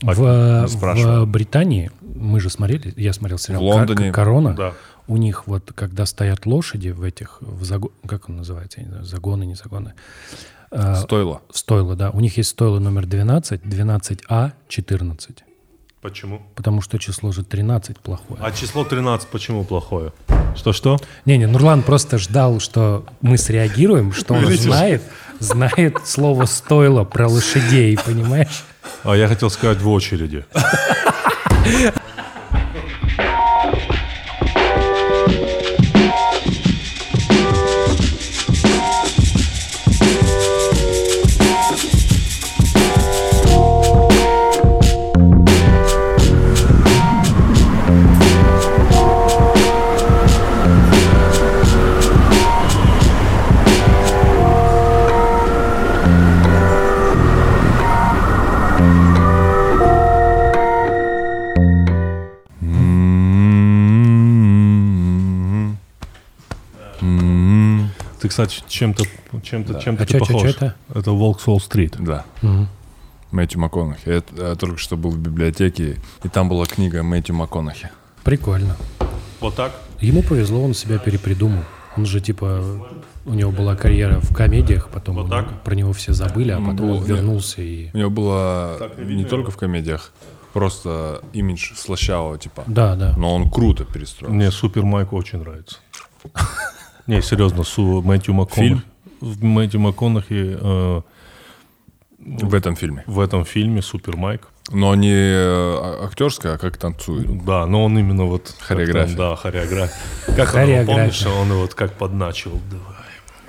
В Британии, мы же смотрели, я смотрел сериал в Лондоне. «Корона». Да. У них вот, когда стоят лошади в этих, как он называется, я не знаю, загоны, не загоны. Стойло. Стойло, да. У них есть стойло номер 12, 12А, 14. Почему? Потому что число же 13 плохое. А число 13 почему плохое? Что-что? Не, Нурлан просто ждал, что мы среагируем, что он знает слово «стойло» про лошадей, понимаешь? А я хотел сказать «в очереди». Ты, кстати, чем-то ты похож. Что это? Это «Волк с Уолл-стрит». Да. Мэтью МакКонахи. Я только что был в библиотеке, и там была книга Мэтью МакКонахи. Прикольно. Вот так? Ему повезло, он себя перепридумал. Он же типа, у него была карьера в комедиях, потом Вот так? про него все забыли, а потом он вернулся и... У него было не только в комедиях, просто имидж слащавого типа. Да. Но он круто перестроил. Мне Супер Майк очень нравится. Не, серьезно, Мэтью МакКонахи. Мэтью МакКонахи В этом фильме. в этом фильме Супер Майк. Но не актерская, а как танцует. Да, но он именно вот... Хореография. как там, да, хореография. Как Хореография. он, помнишь, он его вот как подначивал. Давай.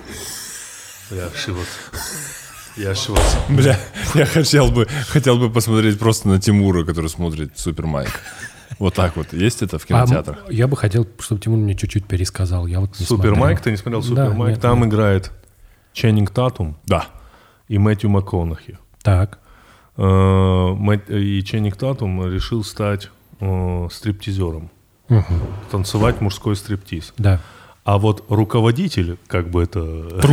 Я шивот. Бля, я хотел бы посмотреть просто на Тимура, который смотрит Супер Майк. Вот так вот. Есть это в кинотеатрах? Я бы хотел, чтобы Тимур мне чуть-чуть пересказал. Я вот не Супер смотрел. Майк, ты не смотрел Супер Майк? нет, Там нет. играет Ченнинг Татум Да. и Мэтью МакКонахи. Так. И Ченнинг Татум решил стать стриптизером. Танцевать мужской стриптиз. Да. А вот руководитель, как бы это...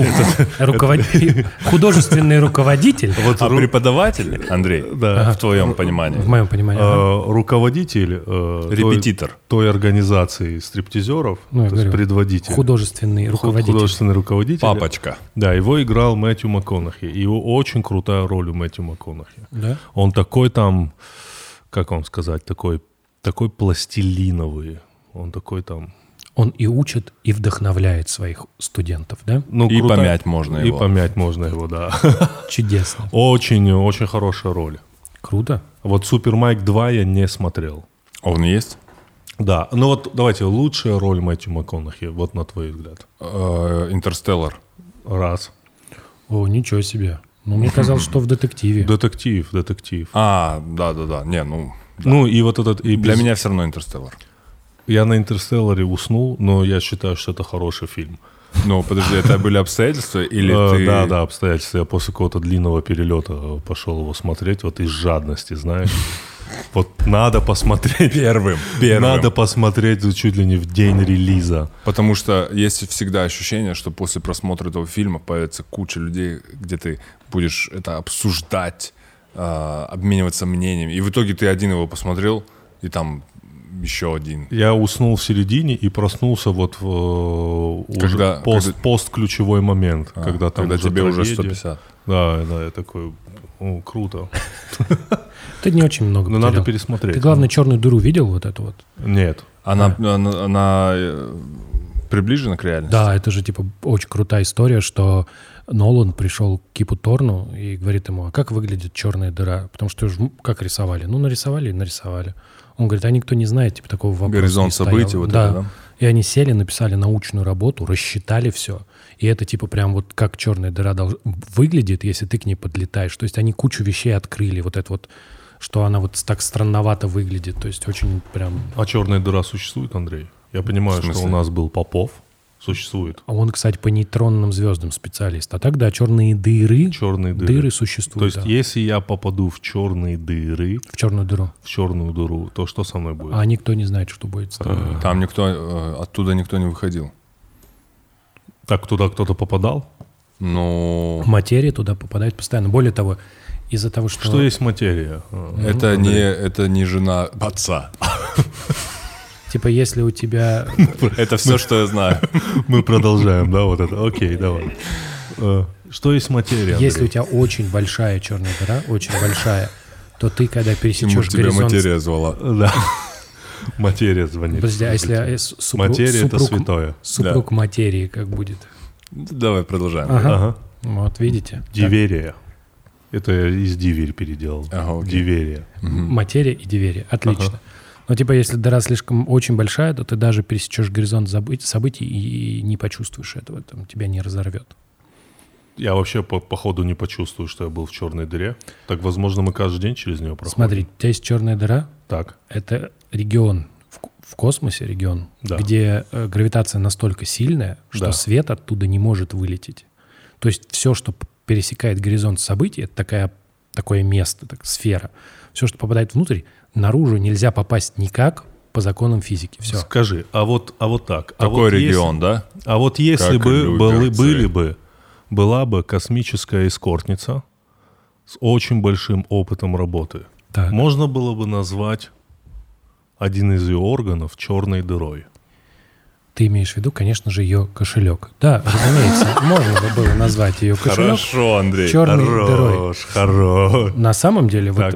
Художественный руководитель, А преподаватель, Андрей, Да. в твоем понимании? в моем понимании. Руководитель Репетитор. той организации стриптизеров, Ну, я то есть говорю, предводитель. художественный руководитель. Художественный руководитель. Папочка. Да, его играл Мэтью МакКонахи. И очень крутая роль у Мэтью МакКонахи. Да? Он такой там, как вам сказать, такой пластилиновый. Он такой там... Он и учит, и вдохновляет своих студентов, да? Ну, И помять можно И его. помять можно его, да. Чудесно. Очень хорошая роль. Круто. Вот Супер Майк 2 я не смотрел. Он есть? Да, ну вот давайте, лучшая роль Мэтью МакКонахи, вот на твой взгляд. Интерстеллар. Раз. О, ничего себе. Ну, мне казалось, что в детективе. Детектив. Да. Не, ну... Ну и вот этот... И Для меня все равно Интерстеллар. Я на «Интерстелларе» уснул, но я считаю, что это хороший фильм. Ну, подожди, это были обстоятельства или ты... Да, обстоятельства. Я после какого-то длинного перелета пошел его смотреть, вот из жадности, знаешь. Вот надо посмотреть. Первым. Надо посмотреть чуть ли не в день релиза. Потому что есть всегда ощущение, что после просмотра этого фильма появится куча людей, где ты будешь это обсуждать, обмениваться мнениями. И в итоге ты один его посмотрел, и там еще один. Я уснул в середине и проснулся вот Когда- пост-ключевой момент, когда там Когда тебе уже трагедия. 150. Да, я такой, круто. Ты не очень много Но потерял. надо пересмотреть. Ты, главное, «Черную дыру» видел вот эту вот? Нет. Она приближена к реальности? Да, это же, типа, очень крутая история, что Нолан пришел к Кипу Торну и говорит ему, а как выглядит черная дыра? Потому что как рисовали? Ну, нарисовали и нарисовали. Он говорит, а никто не знает, типа, такого вопроса Горизонт не стоял. событий, вот это, да? И они сели, написали научную работу, рассчитали все. И это, типа, прям вот как черная дыра выглядит, если ты к ней подлетаешь. То есть они кучу вещей открыли. Вот это вот, что она вот так странновато выглядит. То есть очень прям... А черная дыра существует, Андрей? Я понимаю, В смысле? что у нас был Попов. Существует. А он, кстати, по нейтронным звездам специалист. А так, да, черные дыры, Черные дыры. То существуют. есть, да. если я попаду в черные дыры, В черную дыру. в черную дыру, то что со мной будет? А никто не знает, что будет с тобой. Там оттуда никто не выходил. Так туда кто-то попадал? Ну, Материя туда попадает постоянно. Более того, из-за того, что... Что есть материя? Это не жена отца. Типа, если у тебя... Это все, что я знаю. Мы продолжаем, да, вот это. Окей, давай. Что есть материя, Андрей? Если у тебя очень большая черная дыра, очень большая, то ты, когда пересечешь Тимур, тебя горизонт... материя звала. Да. Материя звонит. Подожди, а если Материя — это святое. Супруг материи как будет? Давай продолжаем. Ага. Вот, видите? Диверия. Это я из диверь переделал. Ага, окей. Диверия. Материя и диверия. Отлично. Но типа, если дыра слишком очень большая, то ты даже пересечешь горизонт событий и не почувствуешь этого. Там, тебя не разорвет. Я вообще по ходу не почувствую, что я был в черной дыре. Так, возможно, мы каждый день через нее проходим. Смотри, у тебя есть черная дыра. Так. Это регион в космосе, регион, Да. где гравитация настолько сильная, что Да. свет оттуда не может вылететь. То есть все, что пересекает горизонт событий, это такое место, сфера. Все, что попадает внутрь, наружу нельзя попасть никак по законам физики. Все. Скажи, а вот так. Такой регион, да? А вот если Как бы Люберцы. была бы космическая эскортница с очень большим опытом работы, Так. можно было бы назвать один из ее органов черной дырой. Ты имеешь в виду, конечно же, ее кошелек. Да, разумеется, можно было назвать ее кошелек Хорошо, Андрей. черной дырой. Хорош. На самом деле, Так. вот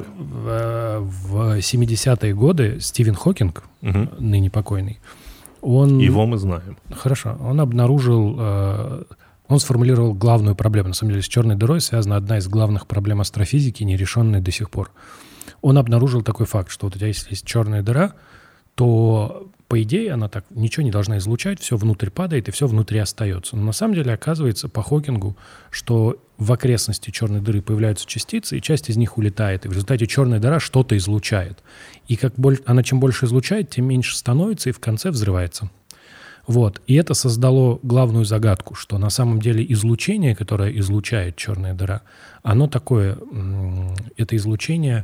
в 70-е годы Стивен Хокинг, ныне покойный, он... Его мы знаем. Хорошо. Он обнаружил, он сформулировал главную проблему. На самом деле с черной дырой связана одна из главных проблем астрофизики, нерешенная до сих пор. Он обнаружил такой факт, что вот у тебя если есть черная дыра, то, по идее, она так ничего не должна излучать, все внутрь падает и все внутри остается. Но на самом деле оказывается по Хокингу, что в окрестности черной дыры появляются частицы, и часть из них улетает. И в результате черная дыра что-то излучает. И она чем больше излучает, тем меньше становится и в конце взрывается. Вот. И это создало главную загадку, что на самом деле излучение, которое излучает черная дыра, оно такое, это излучение...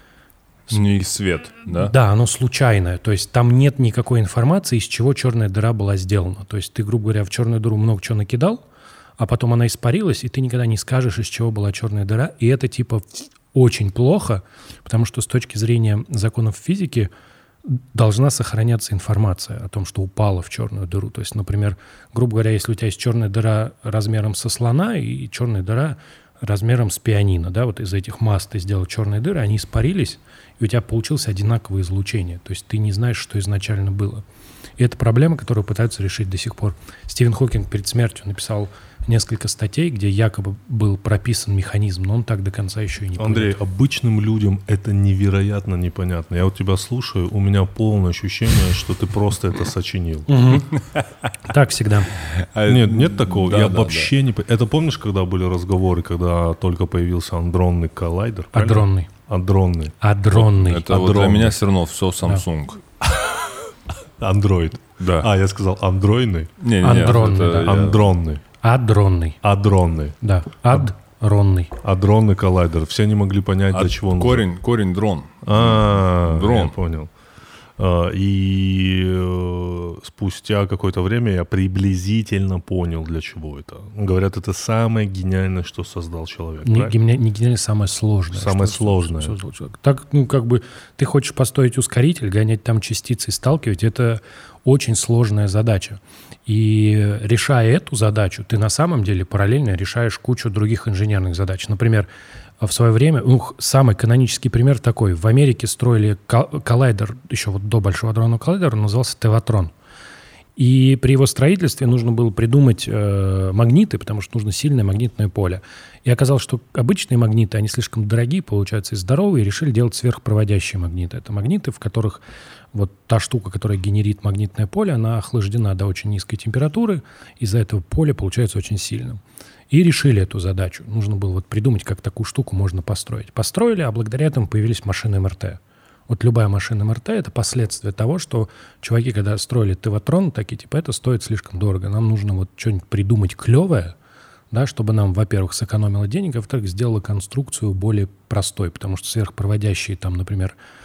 Не свет, да? Да, оно случайное. То есть там нет никакой информации, из чего черная дыра была сделана. То есть ты, грубо говоря, в черную дыру много чего накидал, а потом она испарилась, и ты никогда не скажешь, из чего была черная дыра. И это типа очень плохо, потому что с точки зрения законов физики должна сохраняться информация о том, что упало в черную дыру. То есть, например, грубо говоря, если у тебя есть черная дыра размером со слона и черная дыра размером с пианино, да, вот из этих масс ты сделал черные дыры, они испарились, и у тебя получилось одинаковое излучение. То есть ты не знаешь, что изначально было. И это проблема, которую пытаются решить до сих пор. Стивен Хокинг перед смертью написал несколько статей, где якобы был прописан механизм, но он так до конца еще и не понял. Андрей, обычным людям это невероятно непонятно. Я вот тебя слушаю, у меня полное ощущение, что ты просто это сочинил. Так всегда. Нет такого. Да, Я да, вообще не... Это помнишь, когда были разговоры, когда только появился андронный коллайдер? правильно? Адронный. Адронный. Это вот для меня все равно все Samsung. Андроид. Да. А, я сказал андроидный. Не, Андронный, да. Андронный. Адронный. Да. Адронный. Адронный коллайдер. Все не могли понять, для чего он Корень дрон. Дрон. Я понял. И спустя какое-то время я приблизительно понял, для чего это. Говорят, это самое гениальное, что создал человек. Не гениально, самое сложное. Самое что сложное. создал человек. Так, как бы, ты хочешь построить ускоритель, гонять там частицы и сталкивать, это очень сложная задача. И решая эту задачу, ты на самом деле параллельно решаешь кучу других инженерных задач. Например, в свое время, самый канонический пример такой. В Америке строили коллайдер, еще вот до Большого адронного коллайдера, он назывался Теватрон. И при его строительстве нужно было придумать магниты, потому что нужно сильное магнитное поле. И оказалось, что обычные магниты, они слишком дорогие, получаются, и здоровые, и решили делать сверхпроводящие магниты. Это магниты, в которых вот та штука, которая генерит магнитное поле, она охлаждена до очень низкой температуры, из-за этого поле получается очень сильным. И решили эту задачу. Нужно было вот придумать, как такую штуку можно построить. Построили, а благодаря этому появились машины МРТ. Вот любая машина МРТ — это последствие того, что чуваки, когда строили Теватрон, такие, типа, это стоит слишком дорого. Нам нужно вот что-нибудь придумать клевое, да, чтобы нам, во-первых, сэкономило денег, а во-вторых, сделало конструкцию более простой, потому что сверхпроводящие там, например,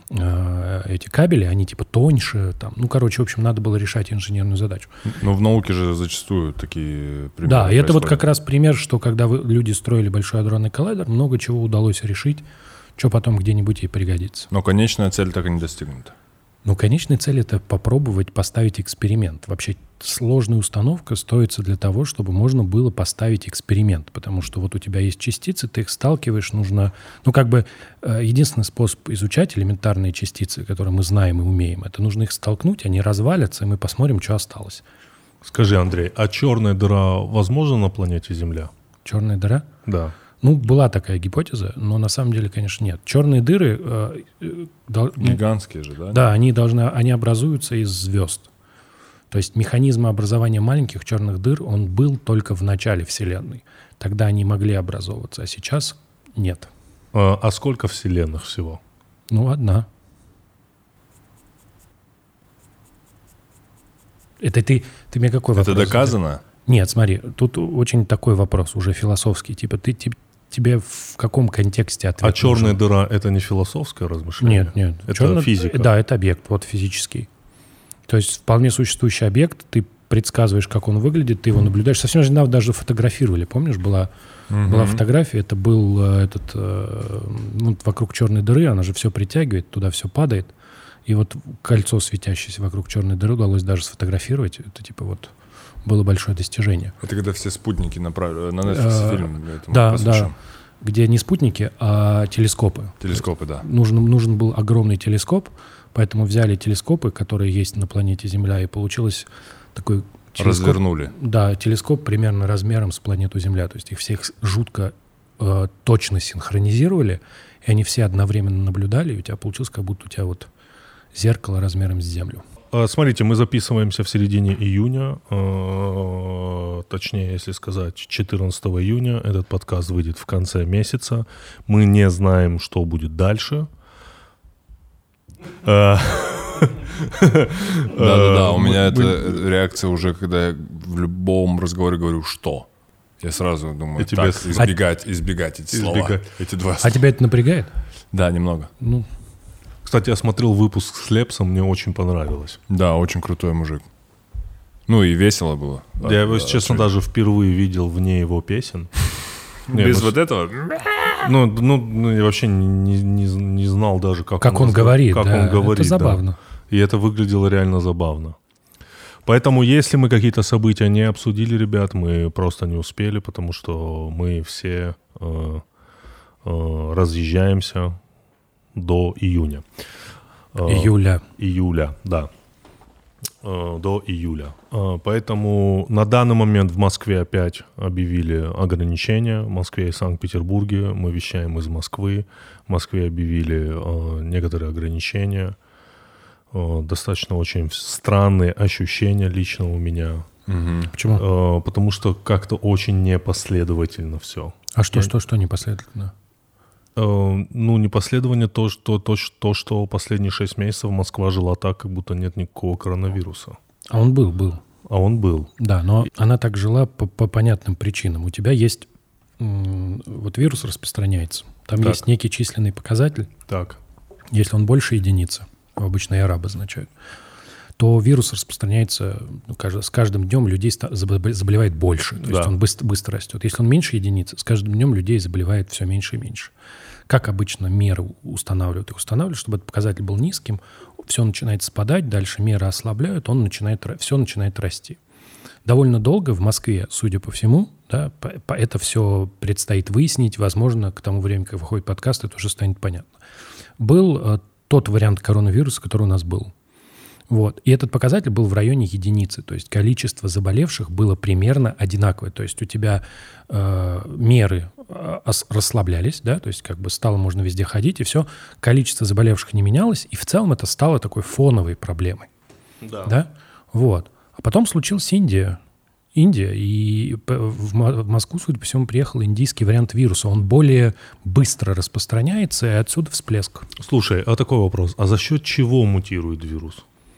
эти кабели, они типа тоньше. Там. Ну, короче, в общем, надо было решать инженерную задачу. Но в науке же зачастую такие примеры Да, и это вот происходят. как раз пример, что когда люди строили Большой адронный коллайдер, много чего удалось решить, что потом где-нибудь ей пригодится. Но конечная цель так и не достигнута. Ну, конечная цель — это попробовать поставить эксперимент. Вообще сложная установка строится для того, чтобы можно было поставить эксперимент, потому что вот у тебя есть частицы, ты их сталкиваешь, нужно... Ну, как бы единственный способ изучать элементарные частицы, которые мы знаем и умеем, это нужно их столкнуть, они развалятся, и мы посмотрим, что осталось. Скажи, Андрей, а черная дыра возможна на планете Земля? Черная дыра? Да. Ну, была такая гипотеза, но на самом деле, конечно, нет. Черные дыры... Гигантские же, да? Да, они образуются из звезд. То есть механизм образования маленьких черных дыр, он был только в начале Вселенной. Тогда они могли образовываться, а сейчас нет. А сколько вселенных всего? Ну, одна. Это ты мне какой вопрос? Это доказано? Нет, смотри, тут очень такой вопрос уже философский. Типа тебе в каком контексте ответ А черная нужен? дыра — это не философское размышление? Нет. Это физика? Да, это объект, вот физический. То есть вполне существующий объект, ты предсказываешь, как он выглядит, ты его наблюдаешь. Совсем недавно даже фотографировали, помнишь, была фотография, это был вокруг черной дыры, она же все притягивает, туда все падает. И вот кольцо светящееся вокруг черной дыры удалось даже сфотографировать. Это типа вот было большое достижение. Это когда все спутники направили на Netflix фильм этому Да, посвящен. да. Где не спутники, а телескопы. Телескопы, да. Нужен был огромный телескоп, поэтому взяли телескопы, которые есть на планете Земля, и получилось такой телескоп. Развернули. Да, телескоп примерно размером с планету Земля. То есть их всех жутко точно синхронизировали, и они все одновременно наблюдали, и у тебя получилось, как будто у тебя вот зеркало размером с Землю. Смотрите, мы записываемся в середине июня, точнее, если сказать, 14 июня. Этот подкаст выйдет в конце месяца. Мы не знаем, что будет дальше. Да-да-да, у меня это реакция уже, когда я в любом разговоре говорю «что?». Я сразу думаю, так, избегать эти слова, эти два слова. А тебя это напрягает? Да, немного. Ну, Кстати, я смотрел выпуск с Лепсом, мне очень понравилось. Да, очень крутой мужик. Ну и весело было. Я его, если честно, даже впервые видел вне его песен. Без вот этого? Ну, я вообще не знал даже, как он говорит. Как да, он говорит, это забавно. Да. И это выглядело реально забавно. Поэтому, если мы какие-то события не обсудили, ребят, мы просто не успели, потому что мы все разъезжаемся до июня. Июля, да. До июля. Поэтому на данный момент в Москве опять объявили ограничения. В Москве и Санкт-Петербурге. Мы вещаем из Москвы. В Москве объявили некоторые ограничения. Достаточно очень странные ощущения лично у меня. Угу. Почему? Потому что как-то очень непоследовательно все. А что непоследовательно? Ну, непоследование то, что последние 6 месяцев Москва жила так, как будто нет никакого коронавируса. А он был. А он был. Да, но она так жила по понятным причинам. У тебя есть... Вот вирус распространяется. Там есть некий численный показатель. Так. Если он больше единицы, обычно и араб означают, то вирус распространяется, с каждым днем людей заболевает больше. То есть он быстро растет. Если он меньше единицы, с каждым днем людей заболевает все меньше и меньше. Как обычно меры устанавливают? Их устанавливают, чтобы этот показатель был низким, все начинает спадать, дальше меры ослабляют, все начинает расти. Довольно долго в Москве, судя по всему, да, это все предстоит выяснить. Возможно, к тому времени, как выходит подкаст, это уже станет понятно. Был тот вариант коронавируса, который у нас был. Вот. И этот показатель был в районе единицы. То есть количество заболевших было примерно одинаковое. То есть у тебя меры расслаблялись, да, то есть как бы стало можно везде ходить, и все. Количество заболевших не менялось, и в целом это стало такой фоновой проблемой. Да? Вот. А потом случилась Индия, и в Москву, судя по всему, приехал индийский вариант вируса. Он более быстро распространяется, и отсюда всплеск. Слушай, а такой вопрос. А за счет чего мутирует вирус?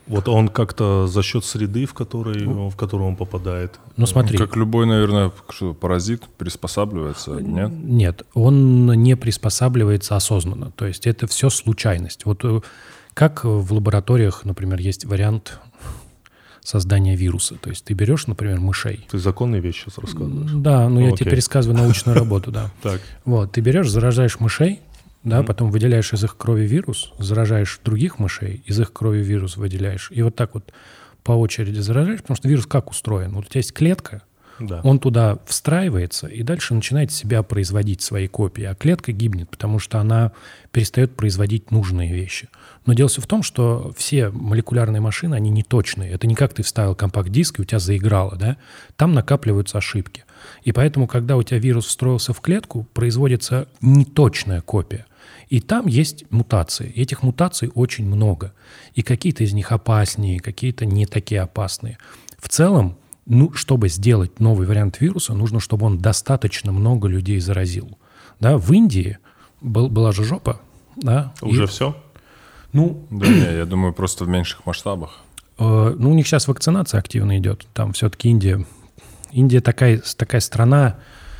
Вот он как-то за счет среды, в которую он попадает. Ну смотри. Как любой, наверное, паразит приспосабливается, нет? Нет, он не приспосабливается осознанно. То есть это все случайность. Вот как в лабораториях, например, есть вариант создания вируса. То есть ты берешь, например, мышей. Ты законные вещи сейчас рассказываешь? Да, ну я тебе пересказываю научную работу, да. Так. Вот, ты берешь, заражаешь мышей, да, потом выделяешь из их крови вирус, заражаешь других мышей, из их крови вирус выделяешь. И вот так вот по очереди заражаешь, потому что вирус как устроен? Вот у тебя есть клетка, он туда встраивается и дальше начинает себя производить, свои копии. А клетка гибнет, потому что она перестает производить нужные вещи. Но дело все в том, что все молекулярные машины, они неточные. Это не как ты вставил компакт-диск, и у тебя заиграло, да? Там накапливаются ошибки. И поэтому, когда у тебя вирус встроился в клетку, производится неточная копия. И там есть мутации. И этих мутаций очень много. И какие-то из них опаснее, какие-то не такие опасные. В целом, чтобы сделать новый вариант вируса, нужно, чтобы он достаточно много людей заразил. Да, в Индии была же жопа. Да, уже все? Ну, да не, я думаю, просто в меньших масштабах. У них сейчас вакцинация активно идет. Там все-таки Индия такая страна,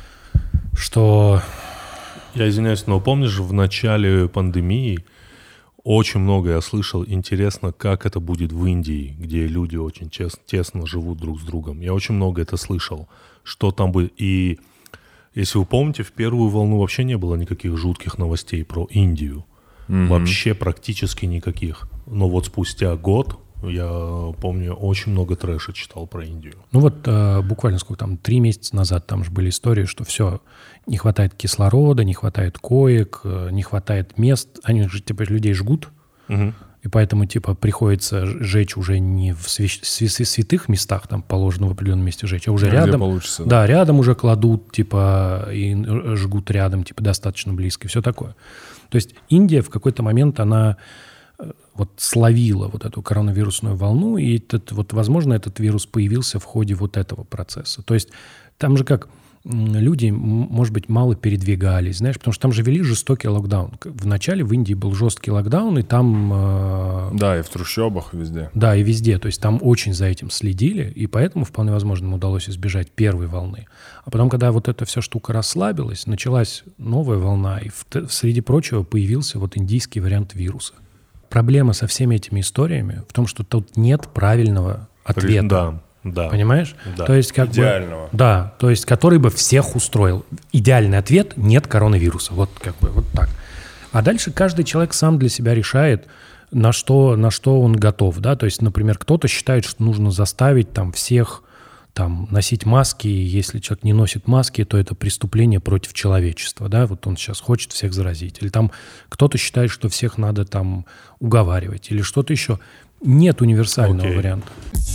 что... Я извиняюсь, но помнишь, в начале пандемии очень много я слышал, интересно, как это будет в Индии, где люди очень тесно живут друг с другом. Я очень много это слышал, что там будет. И если вы помните, в первую волну вообще не было никаких жутких новостей про Индию. Вообще практически никаких. Но вот спустя год, я помню, очень много трэша читал про Индию. Ну вот буквально 3 месяца назад там же были истории, что все, не хватает кислорода, не хватает коек, не хватает мест. Они же теперь людей жгут, и поэтому приходится жечь уже не в святых местах, там положено в определенном месте жечь, а уже рядом. Получится, да, рядом уже кладут, и жгут рядом, достаточно близко, и все такое. То есть Индия в какой-то момент, она вот словила вот эту коронавирусную волну, и возможно, этот вирус появился в ходе вот этого процесса. То есть там же как люди, может быть, мало передвигались, знаешь, потому что там же вели жестокий локдаун. Вначале в Индии был жесткий локдаун, и там... Да, и в трущобах везде. Да, и везде. То есть там очень за этим следили, и поэтому, вполне возможно, им удалось избежать первой волны. А потом, когда вот эта вся штука расслабилась, началась новая волна, и среди прочего появился вот индийский вариант вируса. Проблема со всеми этими историями в том, что тут нет правильного ответа. Да. Понимаешь? Да. То есть идеального. Да, то есть который бы всех устроил. Идеальный ответ – нет коронавируса. Вот вот так. А дальше каждый человек сам для себя решает, на что он готов. Да? То есть, например, кто-то считает, что нужно заставить всех носить маски, и если человек не носит маски, то это преступление против человечества, да, вот он сейчас хочет всех заразить. Или кто-то считает, что всех надо уговаривать, или что-то еще. Нет универсального варианта.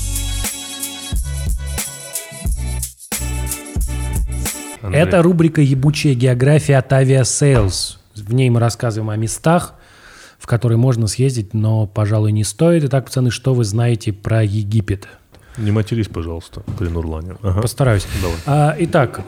Андрей. Это рубрика «Ебучая география» от Aviasales. В ней мы рассказываем о местах, в которые можно съездить, но, пожалуй, не стоит. Итак, пацаны, что вы знаете про Египет? Не матерись, пожалуйста, при Нурлане. Ага. Постараюсь. Итак,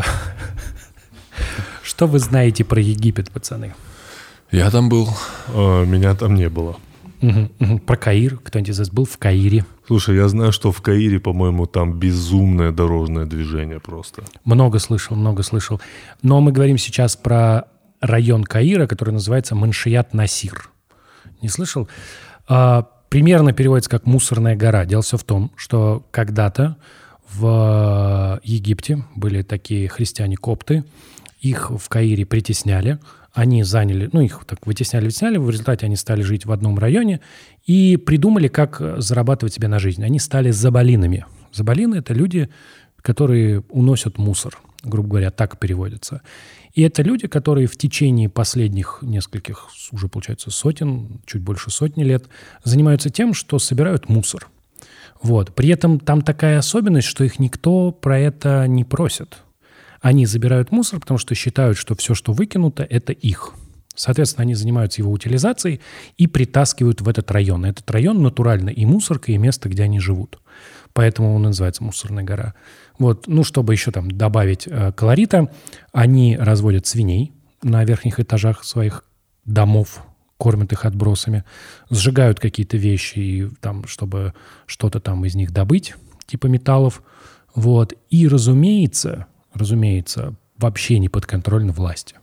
что вы знаете про Египет, пацаны? Я там был. Меня там не было. Про Каир? Кто-нибудь из вас был в Каире? Слушай, я знаю, что в Каире, по-моему, там безумное дорожное движение просто. Много слышал. Но мы говорим сейчас про район Каира, который называется Маншият-Насир. Не слышал? Примерно переводится как «мусорная гора». Дело все в том, что когда-то в Египте были такие христиане-копты, их в Каире притесняли, они заняли, их так вытесняли, в результате они стали жить в одном районе и придумали, как зарабатывать себе на жизнь. Они стали забалинами. Забалины – это люди, которые уносят мусор, грубо говоря, так переводится. И это люди, которые в течение последних нескольких, уже получается чуть больше сотни лет, занимаются тем, что собирают мусор. Вот. При этом там такая особенность, что их никто про это не просит. Они забирают мусор, потому что считают, что все, что выкинуто, это их. Соответственно, они занимаются его утилизацией и притаскивают в этот район. Этот район натурально и мусорка, и место, где они живут. Поэтому он называется «Мусорная гора». Вот, чтобы еще добавить колорита, они разводят свиней на верхних этажах своих домов, кормят их отбросами, сжигают какие-то вещи, и, там, чтобы что-то там из них добыть, типа металлов. Вот. И, разумеется, вообще не подконтрольно власти.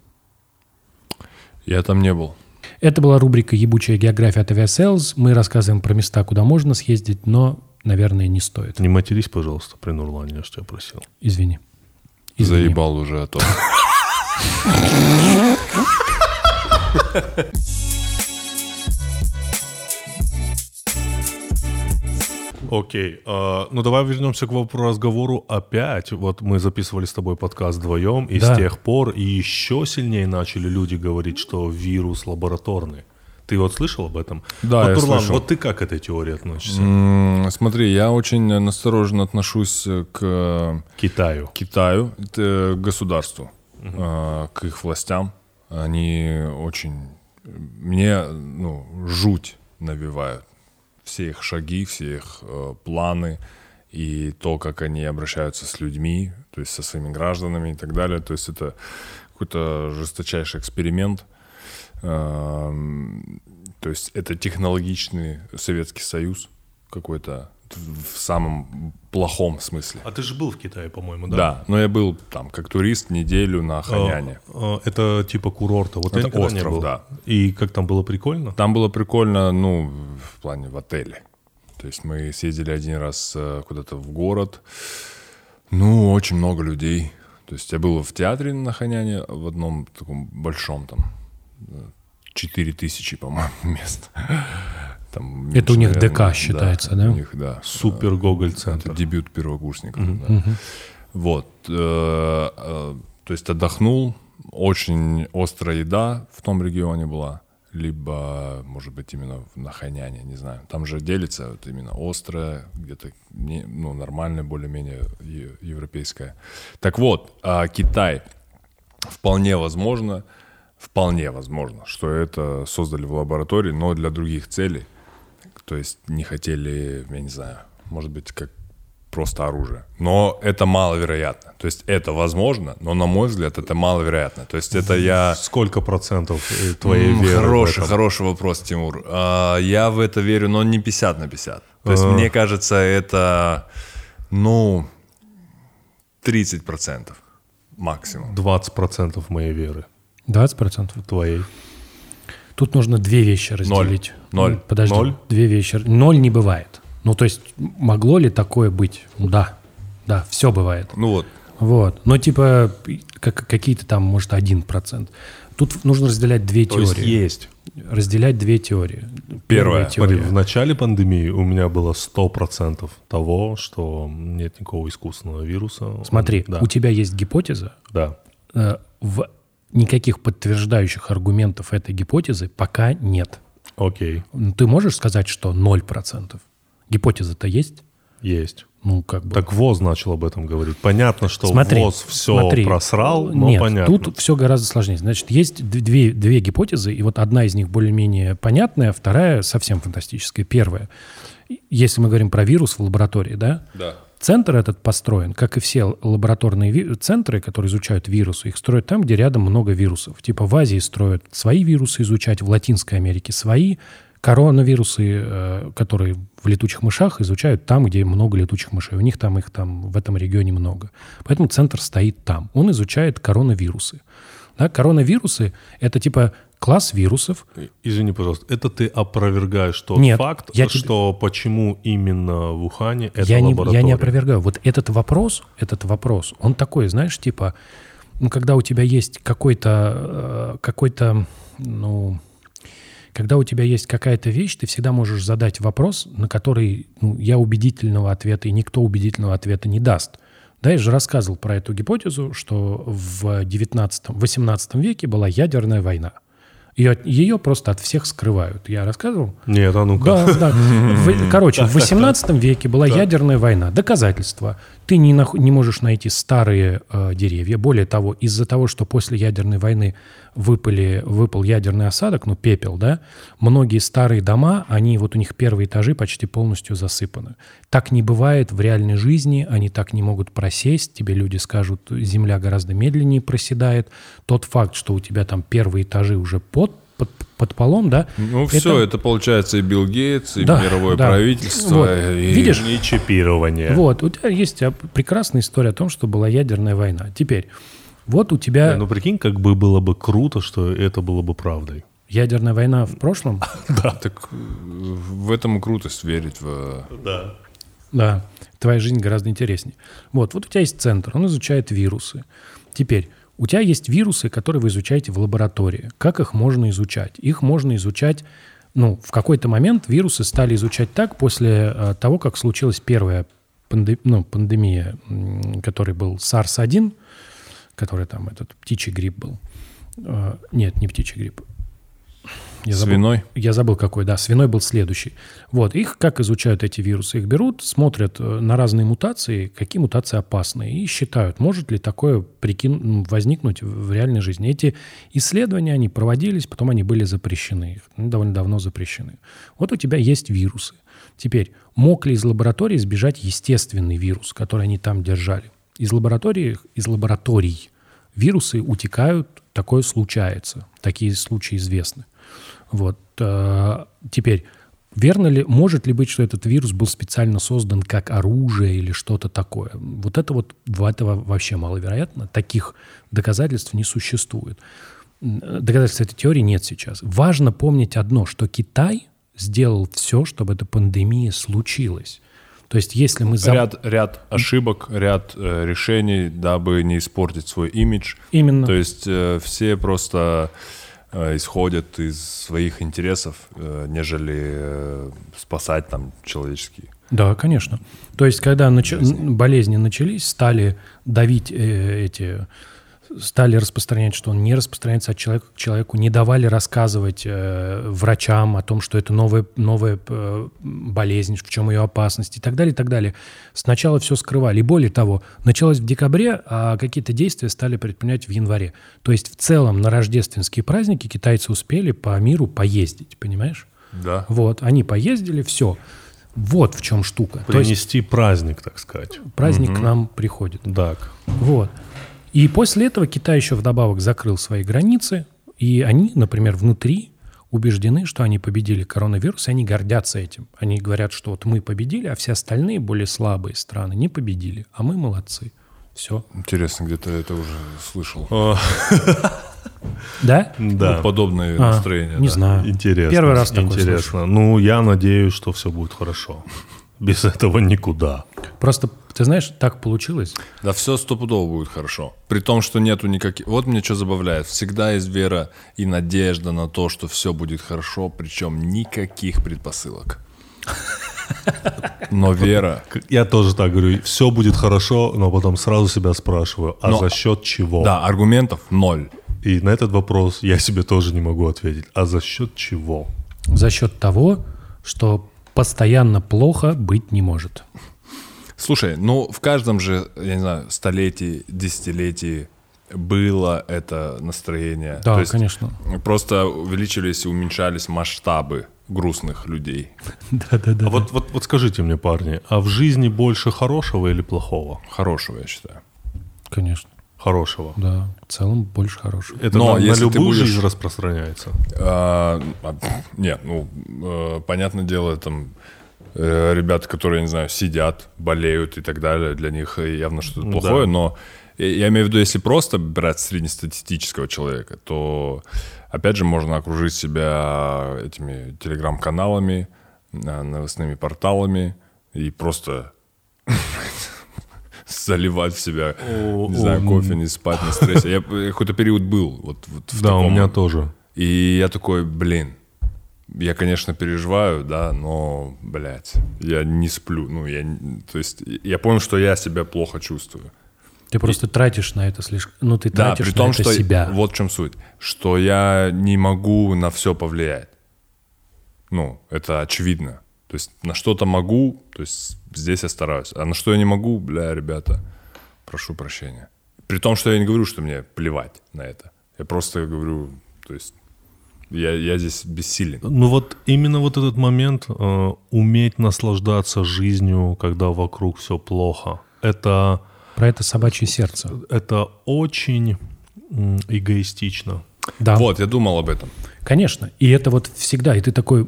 Я там не был. Это была рубрика «Ебучая география» от Aviasales. Мы рассказываем про места, куда можно съездить, но, наверное, не стоит. Не матерись, пожалуйста, при Нурлане, я же тебя просил. Извини. Заебал уже, а то. Окей. Ну, давай вернемся к разговору опять. Вот мы записывали с тобой подкаст вдвоем, и Да. с тех пор еще сильнее начали люди говорить, что вирус лабораторный. Ты вот слышал об этом? Да, вот, я Нурлан, слышал. вот ты как к этой теории относишься? Смотри, я очень настороженно отношусь к Китаю. Китаю, это государству, к их властям. Они очень... Мне жуть навевают. Все их шаги, все их планы и то, как они обращаются с людьми, то есть со своими гражданами и так далее. То есть это какой-то жесточайший эксперимент. То есть это технологичный Советский Союз какой-то в самом плохом смысле. А ты же был в Китае, по-моему, да? Да, но я был там как турист неделю на Ханяне. Это типа курорта. Вот я Это никогда не остров, был. да. И как там было прикольно? Там было прикольно, в плане в отеле. То есть мы съездили один раз куда-то в город. Очень много людей. То есть я был в театре на Ханяне, в одном таком большом, там 4000, по-моему, мест. Там Это у них наверное, ДК считается, да? У них, да. Супер Гоголь-центр. Это дебют первокурсников. Да. Вот. То есть отдохнул. Очень острая еда в том регионе была. Либо, может быть, именно на Хайняне, не знаю. Там же делится вот именно острая, где-то нормальная, более-менее европейская. Так вот, Китай вполне возможно, что это создали в лаборатории, но для других целей. То есть не хотели, я не знаю, может быть, как просто оружие. Но это маловероятно. То есть это возможно, но, на мой взгляд, это маловероятно. То есть это я... Сколько процентов твоей веры в этом? Хороший вопрос, Тимур. Я в это верю, но не 50 на 50. То есть мне кажется, это, 30% максимум. 20% моей веры. 20%? Твоей. Тут нужно две вещи разделить. Ноль. Подожди, Ноль? две вещи. 0 не бывает. То есть могло ли такое быть? Да, все бывает. Вот. Но типа какие-то там, может, 1%. Тут нужно разделять две теории. Есть. Разделять две теории. Первая. Смотри, теория. в начале пандемии у меня было 100% того, что нет никакого искусственного вируса. Смотри, Да. у тебя есть гипотеза. Да. Никаких подтверждающих аргументов этой гипотезы пока нет. Окей. Ты можешь сказать, что 0%? Гипотеза-то есть? Есть. Как бы. Так ВОЗ начал об этом говорить. Понятно, что ВОЗ все просрал, но Нет, понятно. тут все гораздо сложнее. Значит, есть две гипотезы, и вот одна из них более-менее понятная, вторая совсем фантастическая. Первая. Если мы говорим про вирус в лаборатории, да? Да. Центр этот построен, как и все лабораторные центры, которые изучают вирусы, их строят там, где рядом много вирусов. Типа в Азии строят свои вирусы изучать, в Латинской Америке свои. Коронавирусы, которые в летучих мышах, изучают там, где много летучих мышей. У них там их в этом регионе много. Поэтому центр стоит там. Он изучает коронавирусы. Да, коронавирусы — это типа класс вирусов. Извини, пожалуйста, это ты опровергаешь тот Нет, факт, я что почему именно в Ухане это Я лаборатория? не опровергаю. Вот этот вопрос, он такой, знаешь, типа, когда у тебя есть когда у тебя есть какая-то вещь, ты всегда можешь задать вопрос, на который я убедительного ответа, и никто убедительного ответа не даст. Да, я же рассказывал про эту гипотезу, что в 18 веке была ядерная война. Ее просто от всех скрывают. Я рассказывал? Нет, а ну-ка. Да. Короче, в 18 веке была ядерная война. Доказательства. Ты не можешь найти старые деревья. Более того, из-за того, что после ядерной войны выпал ядерный осадок, пепел, да, многие старые дома, у них первые этажи почти полностью засыпаны. Так не бывает в реальной жизни, они так не могут просесть. Тебе люди скажут, земля гораздо медленнее проседает. Тот факт, что у тебя там первые этажи уже под под полом, да. Ну все, это получается и Билл Гейтс, и мировое правительство. Вот. И... Видишь? И чипирование. Вот, у тебя есть прекрасная история о том, что была ядерная война. Теперь, вот у тебя... Ну прикинь, как бы было бы круто, что это было бы правдой. Ядерная война в прошлом? Да. Так в этом и крутость верить в... Да. Да, твоя жизнь гораздо интереснее. Вот у тебя есть центр, он изучает вирусы. Теперь, у тебя есть вирусы, которые вы изучаете в лаборатории. Как их можно изучать? Их можно изучать, в какой-то момент вирусы стали изучать так, после того, как случилась первая пандемия, который был SARS-1, который там этот птичий грипп был. Нет, не птичий грипп. Свиной? Я забыл какой, да, свиной был следующий. Вот, их как изучают эти вирусы? Их берут, смотрят на разные мутации, какие мутации опасны, и считают, может ли такое возникнуть в реальной жизни. Эти исследования, они проводились, потом они были запрещены, они довольно давно запрещены. Вот у тебя есть вирусы. Теперь, мог ли из лаборатории сбежать естественный вирус, который они там держали? Из лабораторий вирусы утекают, такое случается, такие случаи известны. Вот. Теперь, верно ли, может ли быть, что этот вирус был специально создан как оружие или что-то такое? Этого вообще маловероятно. Таких доказательств не существует. Доказательств этой теории нет сейчас. Важно помнить одно, что Китай сделал все, чтобы эта пандемия случилась. То есть, если мы... Ряд ошибок, ряд решений, дабы не испортить свой имидж. Именно. То есть, все просто... исходят из своих интересов, нежели спасать там человеческие. Да, конечно. То есть, когда болезни начались, стали давить стали распространять, что он не распространяется от человека к человеку, не давали рассказывать врачам о том, что это новая болезнь, в чем ее опасность и так далее, и так далее. Сначала все скрывали. И более того, началось в декабре, а какие-то действия стали предпринять в январе. То есть в целом на рождественские праздники китайцы успели по миру поездить, понимаешь? Да. Вот, они поездили, все. Вот в чем штука. Принести праздник, так сказать. Праздник к нам приходит. Так. Вот. И после этого Китай еще вдобавок закрыл свои границы, и они, например, внутри убеждены, что они победили коронавирус, и они гордятся этим. Они говорят, что вот мы победили, а все остальные, более слабые страны, не победили, а мы молодцы. Все. Интересно, где-то это уже слышал. Да? Да. Подобное настроение. Не знаю. Интересно. Первый раз такое Интересно. Ну, я надеюсь, что все будет хорошо. Без этого никуда. Просто, ты знаешь, так получилось. Да все стопудово будет хорошо. При том, что нету никаких... Вот мне что забавляет. Всегда есть вера и надежда на то, что все будет хорошо, причем никаких предпосылок. Но вера... Я тоже так говорю. Все будет хорошо, но потом сразу себя спрашиваю, за счет чего? Да, аргументов ноль. И на этот вопрос я себе тоже не могу ответить. А за счет чего? За счет того, что постоянно плохо быть не может. Слушай, в каждом же, я не знаю, столетии, десятилетии было это настроение. Да, то есть конечно. Просто увеличивались и уменьшались масштабы грустных людей. Да. А вот скажите мне, парни, а в жизни больше хорошего или плохого? Хорошего, я считаю. Конечно. Хорошего. Да, в целом больше хорошего. Это на любую жизнь распространяется? Нет, понятное дело, там ребята, которые, я не знаю, сидят, болеют и так далее, для них явно что-то плохое, но я имею в виду, если просто брать среднестатистического человека, то, опять же, можно окружить себя этими телеграм-каналами, новостными порталами и просто... заливать в себя, не знаю, кофе, не спать, не стрессе. Я какой-то период был вот в таком. У меня тоже. И я такой, я, конечно, переживаю, да, но, я не сплю. То есть я понял, что я себя плохо чувствую. Ты просто тратишь на это слишком... ты тратишь при том, на это что себя. Вот в чем суть. Что я не могу на все повлиять. Это очевидно. То есть на что-то могу, то есть здесь я стараюсь. А на что я не могу, ребята, прошу прощения. При том, что я не говорю, что мне плевать на это. Я просто говорю, то есть я здесь бессилен. Именно этот момент, уметь наслаждаться жизнью, когда вокруг все плохо, это... Про это собачье сердце. Это очень эгоистично. Да. Вот, я думал об этом. Конечно. И это вот всегда. И ты такой,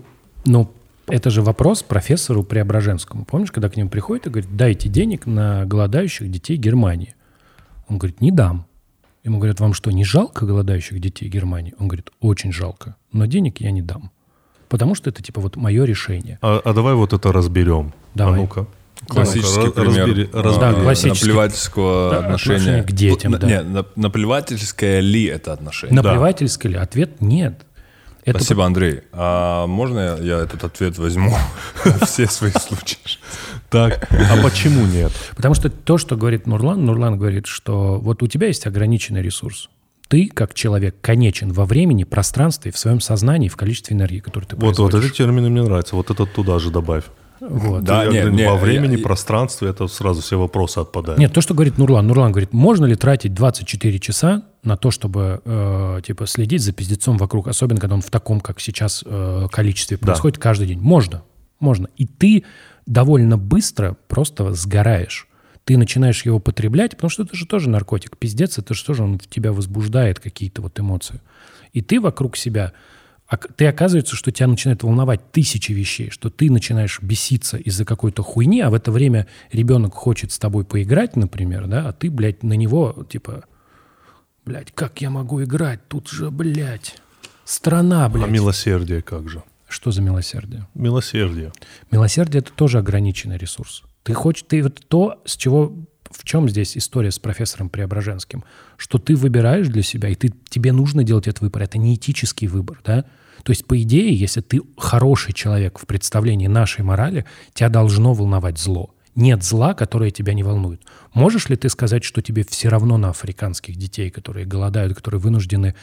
это же вопрос профессору Преображенскому. Помнишь, когда к нему приходит и говорит, дайте денег на голодающих детей Германии. Он говорит, не дам. Ему говорят, вам что, не жалко голодающих детей Германии? Он говорит, очень жалко, но денег я не дам. Потому что это типа вот мое решение. А давай вот это разберем. Давай. А ну-ка. Классический пример наплевательского отношения к детям. Наплевательское ли это отношение? Наплевательское ли? Ответ нет. Спасибо, Андрей. А можно я этот ответ возьму все свои случаи? Так, а почему нет? Потому что то, что говорит Нурлан говорит, что вот у тебя есть ограниченный ресурс. Ты, как человек, конечен во времени, пространстве, в своем сознании, в количестве энергии, которую ты производишь. Вот эти термины мне нравятся. Вот этот туда же добавь. Вот. Да, во времени, пространстве, это сразу все вопросы отпадают. Нет, то, что говорит Нурлан. Нурлан говорит, можно ли тратить 24 часа на то, чтобы следить за пиздецом вокруг, особенно когда он в таком, как сейчас, количестве происходит каждый день. Можно. И ты довольно быстро просто сгораешь. Ты начинаешь его потреблять, потому что это же тоже наркотик. Пиздец, это же тоже он в тебя возбуждает какие-то вот эмоции. И ты вокруг себя... Ты оказывается, что тебя начинает волновать тысячи вещей, что ты начинаешь беситься из-за какой-то хуйни, а в это время ребенок хочет с тобой поиграть, например, да, а ты, блядь, на него, типа, блядь, как я могу играть? Тут же, блядь, страна, блядь. А милосердие как же? Что за милосердие? Милосердие. Милосердие – это тоже ограниченный ресурс. Ты вот то, с чего... В чем здесь история с профессором Преображенским? Что ты выбираешь для себя, и тебе нужно делать этот выбор. Это не этический выбор, да? То есть, по идее, если ты хороший человек в представлении нашей морали, тебя должно волновать зло. Нет зла, которое тебя не волнует. Можешь ли ты сказать, что тебе все равно на африканских детей, которые голодают, которые вынуждены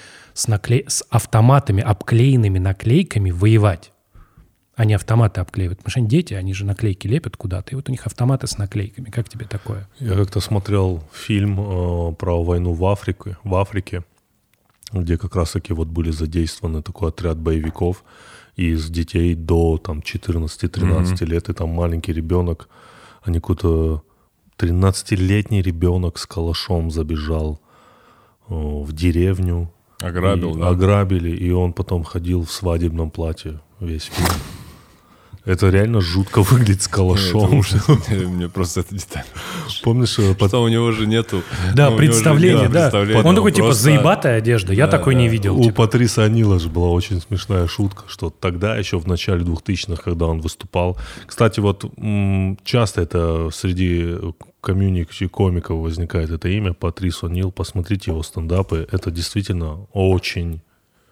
с автоматами, обклеенными наклейками воевать? Они автоматы обклеивают. Потому что дети, они же наклейки лепят куда-то. И вот у них автоматы с наклейками. Как тебе такое? Я как-то смотрел фильм про войну в Африке, где как раз-таки вот были задействованы такой отряд боевиков из детей до там 14-13 лет. И там маленький ребенок, они какой-то 13-летний ребенок с калашом забежал в деревню. Ограбили, и он потом ходил в свадебном платье весь фильм. Это реально жутко выглядит с калашом. Мне просто эта деталь. Помнишь, что у него же нету... Да, представления, да. Он такой, типа, заебатая одежда. Я такой не видел. У Патриса Анила же была очень смешная шутка, что тогда, еще в начале 2000-х, когда он выступал... Кстати, вот часто это среди комьюнити комиков возникает это имя, Патрис О'Нил. Посмотрите его стендапы. Это действительно очень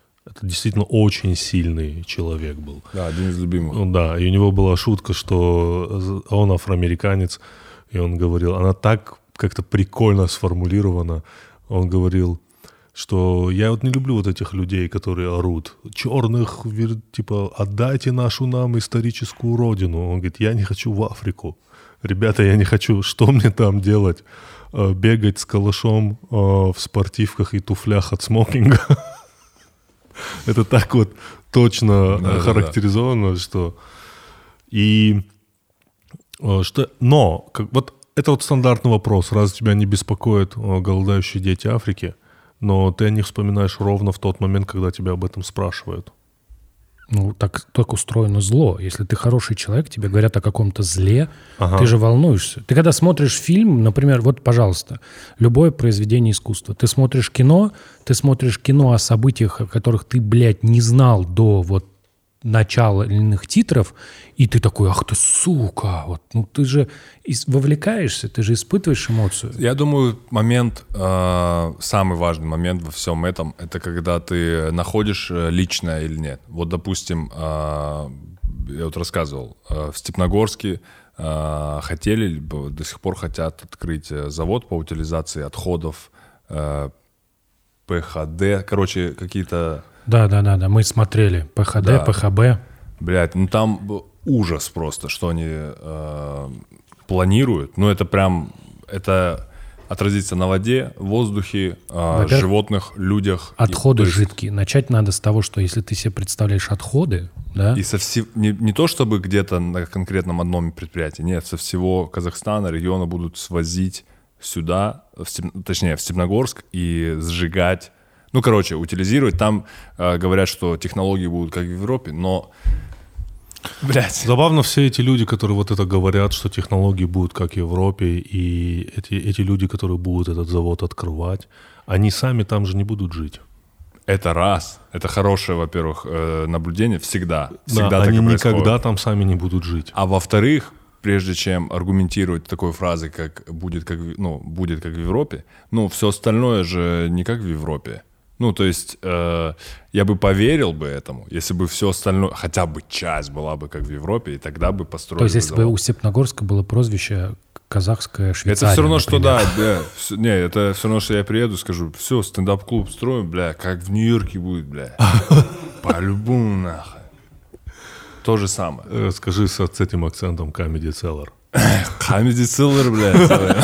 сильный человек был. Да, один из любимых. Да, и у него была шутка, что он афроамериканец, и он говорил, она так как-то прикольно сформулирована, он говорил, что я вот не люблю вот этих людей, которые орут, черных, типа, отдайте нашу нам историческую родину. Он говорит, я не хочу в Африку. Ребята, я не хочу, что мне там делать? Бегать с калашом в спортивках и туфлях от смокинга? Это так вот точно характеризовано, что... Но вот это вот стандартный вопрос. Раз тебя не беспокоят голодающие дети Африки, но ты о них вспоминаешь ровно в тот момент, когда тебя об этом спрашивают. Ну, так устроено зло. Если ты хороший человек, тебе говорят о каком-то зле, ты же волнуешься. Ты когда смотришь фильм, например, вот, пожалуйста, любое произведение искусства. Ты смотришь кино о событиях, о которых ты, блядь, не знал до вот начала или иных титров, и ты такой, ах ты, сука, вот, ну ты же вовлекаешься, ты же испытываешь эмоцию. Я думаю, самый важный момент во всем этом, это когда ты находишь личное или нет. Вот, допустим, я вот рассказывал, в Степногорске хотели, до сих пор хотят открыть завод по утилизации отходов, ПХД, короче, какие-то... Да, мы смотрели ПХД, да. ПХБ. Блядь, ну там ужас просто, что они планируют. Ну это отразится на воде, в воздухе, животных, людях. Отходы жидкие. Начать надо с того, что если ты себе представляешь отходы, да? И не то, чтобы где-то на конкретном одном предприятии, нет, со всего Казахстана, региона будут свозить сюда, точнее в Степногорск, и сжигать Ну, короче, утилизировать. Там говорят, что технологии будут как в Европе, но... Блядь. Забавно, все эти люди, которые вот это говорят, что технологии будут как в Европе, и эти люди, которые будут этот завод открывать, они сами там же не будут жить. Это раз. Это хорошее, во-первых, наблюдение. Всегда Да, так они и происходит. никогда там сами не будут жить. А во-вторых, прежде чем аргументировать такой фразой, как будет как в Европе, все остальное же не как в Европе. Ну, то есть я бы поверил бы этому, если бы все остальное, хотя бы часть была бы как в Европе, и тогда бы построили. То есть если бы завод. у Степногорска было прозвище «Казахская Швейцария», это все равно, например. что не, это все равно, что я приеду, скажу, все, стендап-клуб строим, бля, как в Нью-Йорке будет, бля. По-любому, нахуй. То же самое. Скажи с этим акцентом Comedy Cellar. Comedy Cellar, бля.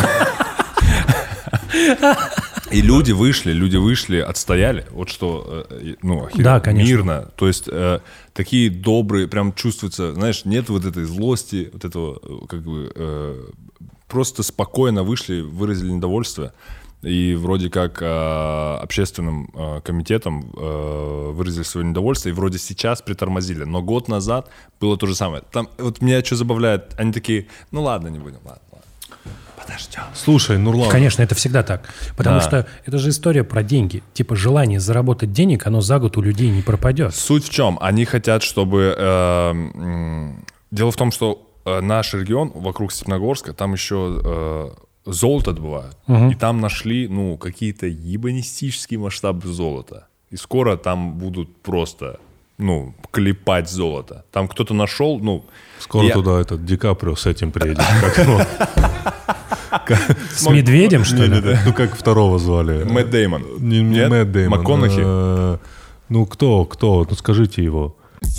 И люди вышли, отстояли. Вот что, Да, конечно. мирно. То есть такие добрые, прям чувствуется, знаешь, нет вот этой злости, вот этого, как бы, просто спокойно вышли, выразили недовольство. И вроде как общественным комитетом выразили свое недовольство, и вроде сейчас притормозили. Но год назад было то же самое. Там, вот меня что забавляет, они такие, ну ладно, не будем, ладно. Подождем. Слушай, Нурлан. Конечно, это всегда так. Потому что это же история про деньги. Типа желание заработать денег, оно за год у людей не пропадет. Суть в чем? Они хотят, чтобы... Дело в том, что наш регион вокруг Степногорска, там еще золото добывают. И там нашли, какие-то ебанистические масштабы золота. И скоро там будут просто... клепать золото. Там кто-то нашел, Скоро туда этот Ди Каприо с этим приедет. С медведем, что ли? Ну, как второго звали? Мэтт Дэймон. Не Нет? Мэтт Дэймон. МакКонахи. Ну, кто? Ну, скажите его.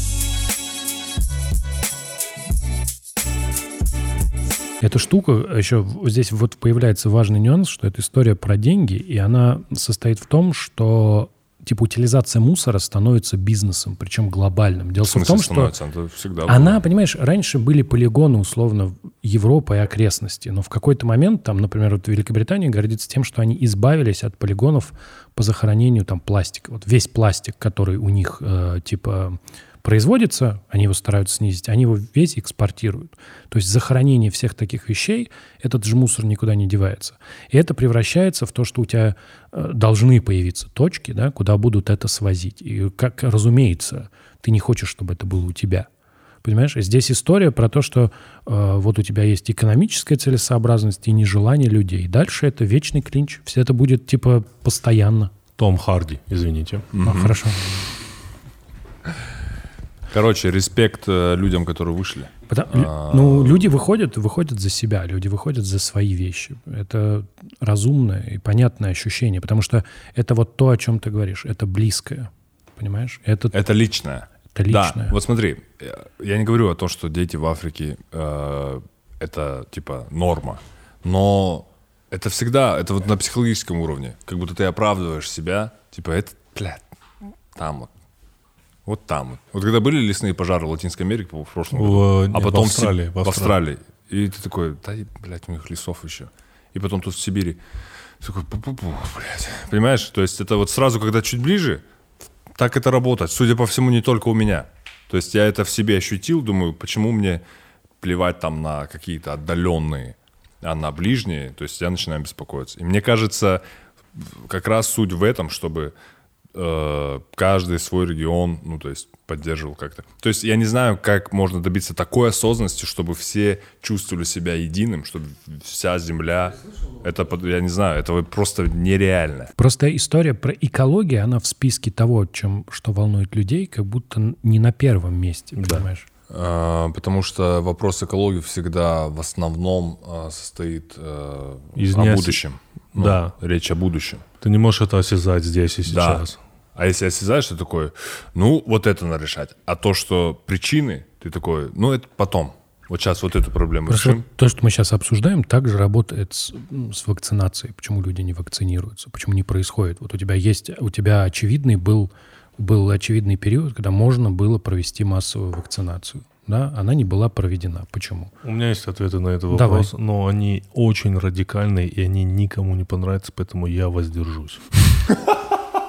Эта штука, еще здесь вот появляется важный нюанс, что это история про деньги, и она состоит в том, что типа утилизация мусора становится бизнесом, причем глобальным. Дело в том, что она, понимаешь, раньше были полигоны, условно, Европы и окрестности, но в какой-то момент, там, например, вот Великобритания гордится тем, что они избавились от полигонов по захоронению там пластика. Вот весь пластик, который у них производится, они его стараются снизить, они его весь экспортируют. То есть захоронение всех таких вещей, этот же мусор никуда не девается. И это превращается в то, что у тебя должны появиться точки, да, куда будут это свозить. И, как разумеется, ты не хочешь, чтобы это было у тебя. Понимаешь? И здесь история про то, что вот у тебя есть экономическая целесообразность и нежелание людей. Дальше это вечный клинч. Все это будет типа постоянно. Том Харди, извините. Хорошо. Короче, респект людям, которые вышли. Люди выходят за себя, люди выходят за свои вещи. Это разумное и понятное ощущение, потому что это вот то, о чем ты говоришь, это близкое, понимаешь? Это личное. Это личное. Да, вот смотри, я не говорю о том, что дети в Африке это типа норма, но это всегда, это вот на психологическом уровне, как будто ты оправдываешь себя, типа это, блядь, там вот. Вот там вот. Вот когда были лесные пожары в Латинской Америке в прошлом году, а потом в Австралии. И ты такой, да, блядь, у них лесов еще. И потом тут в Сибири. Такой, блядь. Понимаешь? То есть это вот сразу, когда чуть ближе, так это работает. Судя по всему, не только у меня. То есть я это в себе ощутил, думаю, почему мне плевать там на какие-то отдаленные, а на ближние. То есть я начинаю беспокоиться. И мне кажется, как раз суть в этом, чтобы... каждый свой регион, то есть поддерживал как-то. То есть я не знаю, как можно добиться такой осознанности, чтобы все чувствовали себя единым, чтобы вся земля, это, я не знаю, это просто нереально. Просто история про экологию, она в списке того, что волнует людей, как будто не на первом месте, понимаешь? Потому что вопрос экологии всегда в основном состоит о будущем. Да. Речь о будущем. Ты не можешь это осязать здесь и сейчас. Да. А если осязаешь, ты такой, вот это надо решать. А то, что причины, ты такой, это потом. Вот сейчас вот эту проблему решим. То, что мы сейчас обсуждаем, также работает с вакцинацией. Почему люди не вакцинируются? Почему не происходит? Вот у тебя очевидный был очевидный период, когда можно было провести массовую вакцинацию. Да? Она не была проведена. Почему? У меня есть ответы на этот вопрос, но они очень радикальные, и они никому не понравятся, поэтому я воздержусь.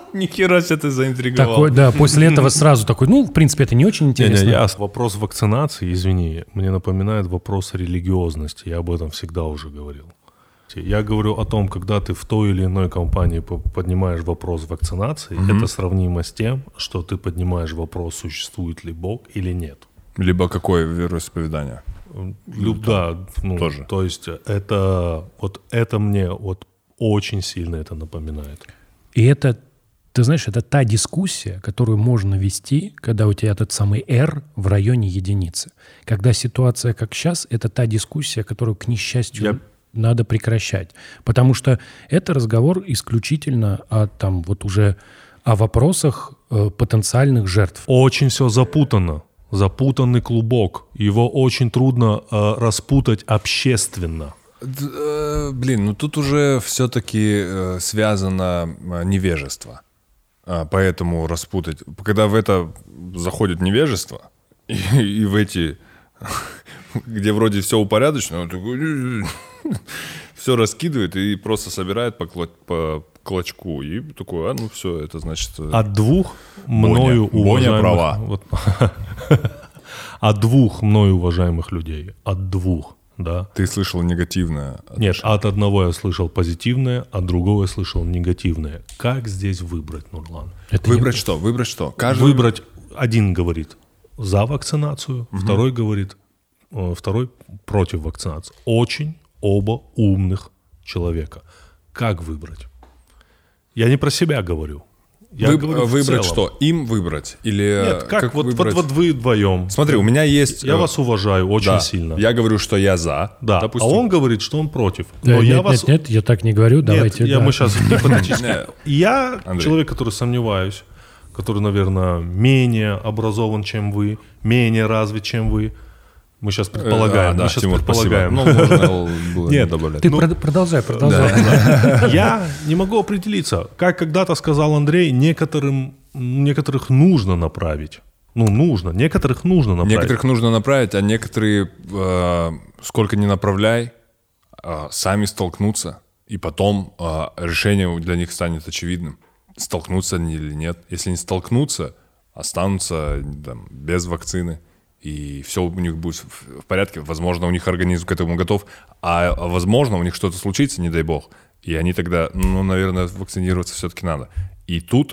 Ни хера себе ты заинтриговал. Такой, да, после этого сразу такой, ну, в принципе, это не очень интересно. Вопрос вакцинации, извини, мне напоминает вопрос религиозности. Я об этом всегда уже говорил. Я говорю о том, когда ты в той или иной компании поднимаешь вопрос вакцинации, это сравнимо с тем, что ты поднимаешь вопрос, существует ли Бог или нет. Либо какое вероисповедание. Да, тоже. То есть это мне очень сильно это напоминает. И это, ты знаешь, это та дискуссия, которую можно вести, когда у тебя тот самый R в районе единицы. Когда ситуация как сейчас, это та дискуссия, которую, к несчастью, надо прекращать. Потому что это разговор исключительно о вопросах потенциальных жертв. Очень все запутано. Запутанный клубок. Его очень трудно распутать общественно. Тут уже все-таки связано невежество. Поэтому распутать... Когда в это заходит невежество, и в эти... где вроде все упорядочено, он такой... все раскидывает и просто собирает по клочку. И такой, все, это значит... От двух мною уважаемых... права. От двух мною уважаемых людей. От двух, да. Ты слышал негативное отношение? Нет, от одного я слышал позитивное, от другого я слышал негативное. Как здесь выбрать, Нурлан? Выбрать что? Выбрать, один говорит за вакцинацию, второй говорит, второй против вакцинации. Очень оба умных человека. Как выбрать? Я не про себя говорю. Выбрать что? Им выбрать? Или нет, как выбрать? Вот вы вдвоем. Смотри, у меня есть... Я вас уважаю очень сильно. Я говорю, что я за. Да, допустим. А он говорит, что он против. Но нет, я так не говорю, давайте. Мы сейчас гипотетически... Я Андрей. человек, который сомневаюсь, который, наверное, менее образован, чем вы, менее развит, чем вы. Мы сейчас предполагаем. Да, Тимур, предполагаем. Можно было не добавлять. Ты продолжай. Я не могу определиться. Как когда-то сказал Андрей, некоторых нужно направить. Некоторых нужно направить. Некоторых нужно направить, а некоторые, сколько ни направляй, сами столкнутся. И потом решение для них станет очевидным. Столкнутся они или нет. Если не столкнутся, останутся без вакцины. И все у них будет в порядке. Возможно, у них организм к этому готов. А возможно, у них что-то случится, не дай бог. И они тогда, наверное, вакцинироваться все-таки надо. И тут,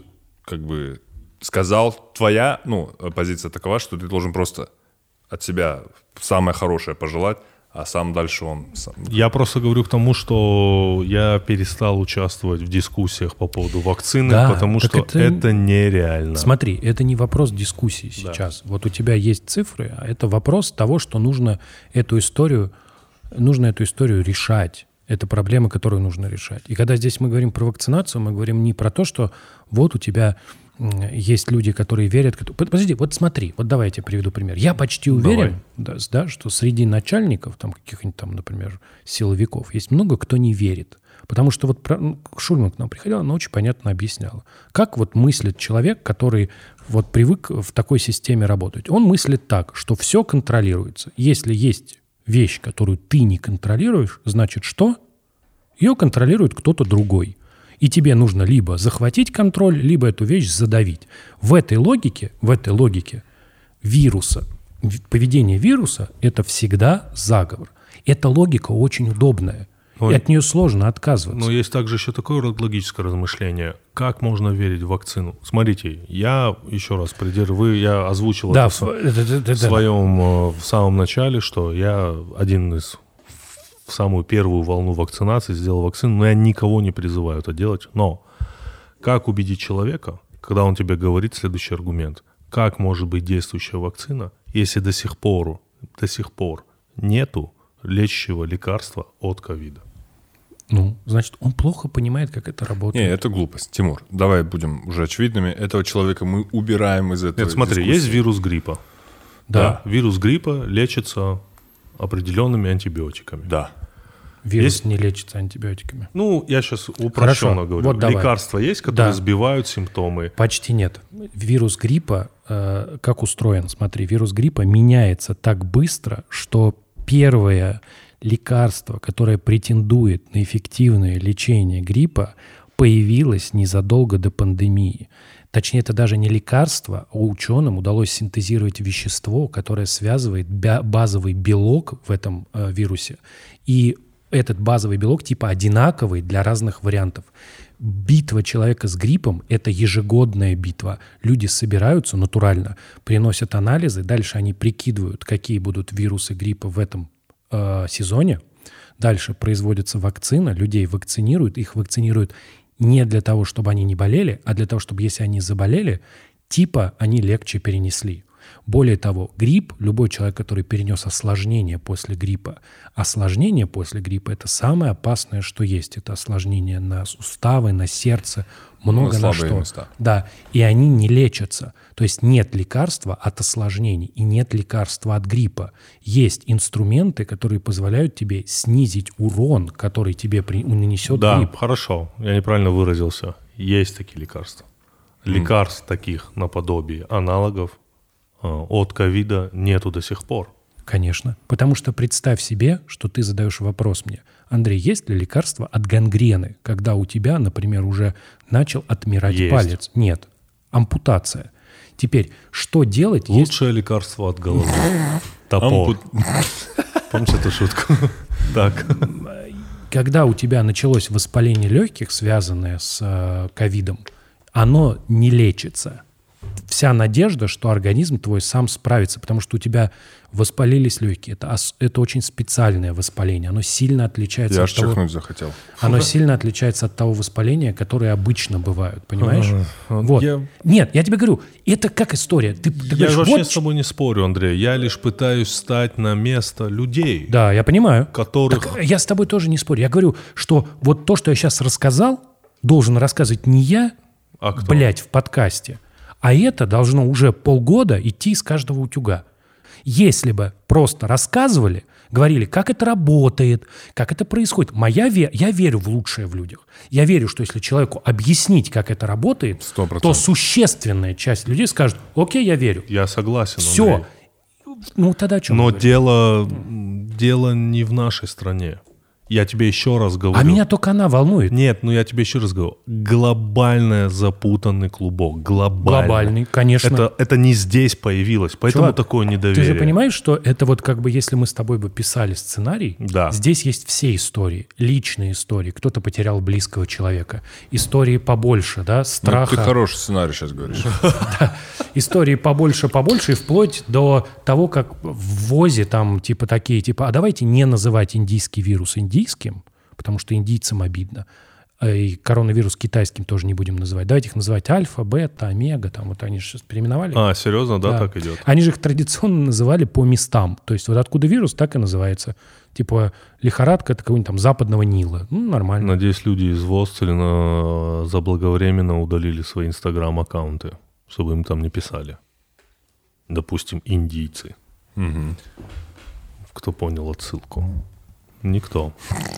сказал, твоя позиция такова, что ты должен просто от себя самое хорошее пожелать, а сам дальше он... Я просто говорю к тому, что я перестал участвовать в дискуссиях по поводу вакцины, потому что это нереально. Смотри, это не вопрос дискуссии сейчас. Да. Вот у тебя есть цифры, а это вопрос того, что нужно эту историю решать. Это проблема, которую нужно решать. И когда здесь мы говорим про вакцинацию, мы говорим не про то, что вот у тебя... Есть люди, которые верят... Подожди, вот смотри, вот давай я тебе приведу пример. Я почти уверен, что среди начальников, каких-нибудь например, силовиков, есть много кто не верит. Потому что Шульман к нам приходила, она очень понятно объясняла. Как мыслит человек, который привык в такой системе работать? Он мыслит так, что все контролируется. Если есть вещь, которую ты не контролируешь, значит что? Ее контролирует кто-то другой. И тебе нужно либо захватить контроль, либо эту вещь задавить. В этой логике вируса, поведение вируса – это всегда заговор. Эта логика очень удобная. И от нее сложно отказываться. Но есть также еще такое логическое размышление. Как можно верить в вакцину? Смотрите, я еще раз я озвучил это в самом начале, что я один из... в самую первую волну вакцинации сделал вакцину, но я никого не призываю это делать. Но как убедить человека, когда он тебе говорит следующий аргумент? Как может быть действующая вакцина, если до сих пор нету лечащего лекарства от ковида? Значит, он плохо понимает, как это работает. Не, это глупость. Тимур, давай будем уже очевидными. Этого человека мы убираем из этого. Нет, смотри, дискуссии. Есть вирус гриппа. Да, вирус гриппа лечится определенными антибиотиками. Да. Вирус не лечится антибиотиками. Я сейчас упрощенно говорю. Лекарства есть, которые сбивают симптомы? Почти нет. Вирус гриппа, как устроен? Смотри, вирус гриппа меняется так быстро, что первое лекарство, которое претендует на эффективное лечение гриппа, появилась незадолго до пандемии. Точнее, это даже не лекарство, а ученым удалось синтезировать вещество, которое связывает базовый белок в этом вирусе. И этот базовый белок типа одинаковый для разных вариантов. Битва человека с гриппом – это ежегодная битва. Люди собираются натурально, приносят анализы, дальше они прикидывают, какие будут вирусы гриппа в этом сезоне. Дальше производится вакцина, людей вакцинируют, их вакцинируют не для того, чтобы они не болели, а для того, чтобы, если они заболели, типа они легче перенесли. Более того, грипп, любой человек, который перенес осложнение после гриппа, осложнение после гриппа – это самое опасное, что есть. Это осложнение на суставы, на сердце, много на что. Места. Да, и они не лечатся. То есть нет лекарства от осложнений и нет лекарства от гриппа. Есть инструменты, которые позволяют тебе снизить урон, который тебе нанесет грипп. Да, хорошо, я неправильно выразился. Есть такие лекарства. Лекарств таких наподобие аналогов от ковида нету до сих пор. Конечно. Потому что представь себе, что ты задаешь вопрос мне. Андрей, есть ли лекарство от гангрены, когда у тебя, например, уже начал отмирать палец? Нет. Ампутация. Теперь, что делать, Лучшее лекарство от головы. Топор. Помните эту шутку? Так. Когда у тебя началось воспаление легких, связанное с ковидом, оно не лечится. Вся надежда, что организм твой сам справится, потому что у тебя воспалились легкие. Это очень специальное воспаление. Оно сильно отличается от того... Я аж чихнуть захотел. Оно сильно отличается от того воспаления, которые обычно бывают. Понимаешь? Вот. Нет, я тебе говорю, это как история. Ты я говоришь, вообще с тобой не спорю, Андрей. Я лишь пытаюсь встать на место людей. Да, я понимаю. Которых... Так, я с тобой тоже не спорю. Я говорю, что вот то, что я сейчас рассказал, должен рассказывать не я, блядь, в подкасте, а это должно уже полгода идти из каждого утюга. Если бы просто рассказывали, говорили, как это работает, как это происходит. Я верю в лучшее в людях. Я верю, что если человеку объяснить, как это работает, 100%. то существенная часть людей скажет, окей, я верю. Я согласен, Все. Андрей. Ну, тогда о чем Но дело не в нашей стране. Я тебе еще раз говорю. А меня только она волнует. Нет, я тебе еще раз говорю. Глобально запутанный клубок. Глобальный, конечно. Это не здесь появилось, поэтому Чувак, такое недоверие. Ты же понимаешь, что это вот как бы если мы с тобой бы писали сценарий, да. Здесь есть все истории, личные истории. Кто-то потерял близкого человека. Истории побольше, да, страха. Ты хороший сценарий сейчас говоришь. Истории побольше, и вплоть до того, как в ВОЗе там типа такие, а давайте не называть индийский вирус индийским, потому что индийцам обидно. И коронавирус китайским тоже не будем называть. Давайте их называть альфа, бета, омега. Там вот они же сейчас переименовали. Серьезно? Да, так идет. Они же их традиционно называли по местам. То есть вот откуда вирус, так и называется. Типа лихорадка, это какого-нибудь там западного Нила. Нормально. Надеюсь, люди из ВОЗ заблаговременно удалили свои инстаграм-аккаунты, чтобы им там не писали. Допустим, индийцы. Угу. Кто понял отсылку? Никто.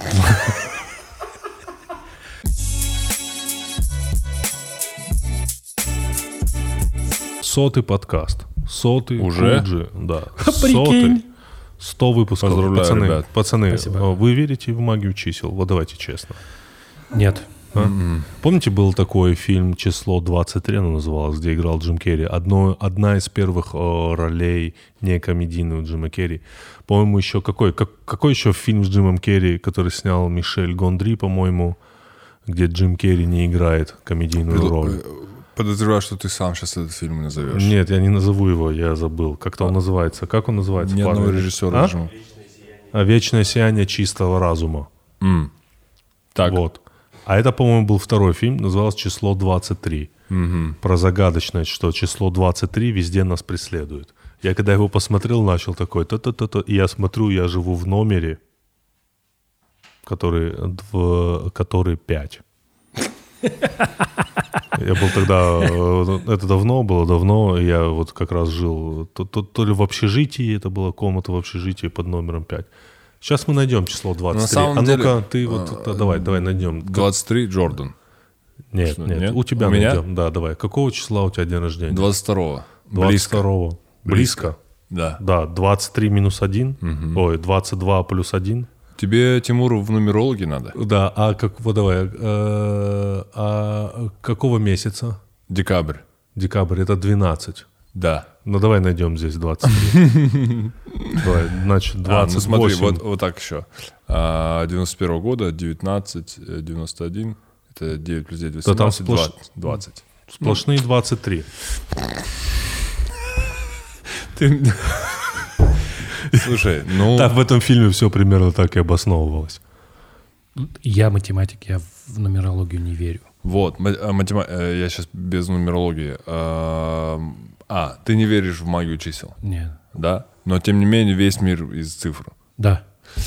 Сотый подкаст. Сотый уже? Пуджи, да. Прикинь. 100 выпусков. Поздравляю, ребят. Пацаны, Спасибо. вы верите в магию чисел? Вот давайте честно. Нет. Помните, был такой фильм «Число 23», оно называлось, где играл Джим Керри? Одна из первых ролей некомедийной у Джима Керри. По-моему, еще какой еще фильм с Джимом Керри, который снял Мишель Гондри, по-моему, где Джим Керри не играет комедийную роль? Подозреваю, что ты сам сейчас этот фильм назовешь. Нет, я не назову его, я забыл. Как он называется? Как он называется? Ни одного режиссера. «Вечное сияние чистого разума». Так. Вот. А это, по-моему, был второй фильм, назывался «Число 23». Про загадочное, что число 23 везде нас преследует. Я когда его посмотрел, начал такой, и я смотрю, я живу в номере, который 5. Я был тогда, это давно, я вот как раз жил, то ли в общежитии, это была комната в общежитии под номером 5. Сейчас мы найдем число 23. На самом деле, ну-ка, ты давай найдем. 23 Джордан. Нет, у тебя найдем. Да, давай. Какого числа у тебя день рождения? 22-го. 22-го. Близко? Да. Да, 23 минус 1. Ой, 22 плюс 1. Тебе, Тимур, в нумерологи надо? Да, вот давай, какого месяца? Декабрь. Декабрь, это 12. Да. Ну, давай найдем здесь 23. Давай, значит, 28. Ну смотри, вот так еще. 91 года, 19, 91, это 9 плюс 9, 18, 20. Сплошные 23. Слушай, ну... Так, в этом фильме все примерно так и обосновывалось. Я математик, я в нумерологию не верю. Вот, я сейчас без нумерологии. Ты не веришь в магию чисел? Нет. Да? Но, тем не менее, весь мир из цифр. Да.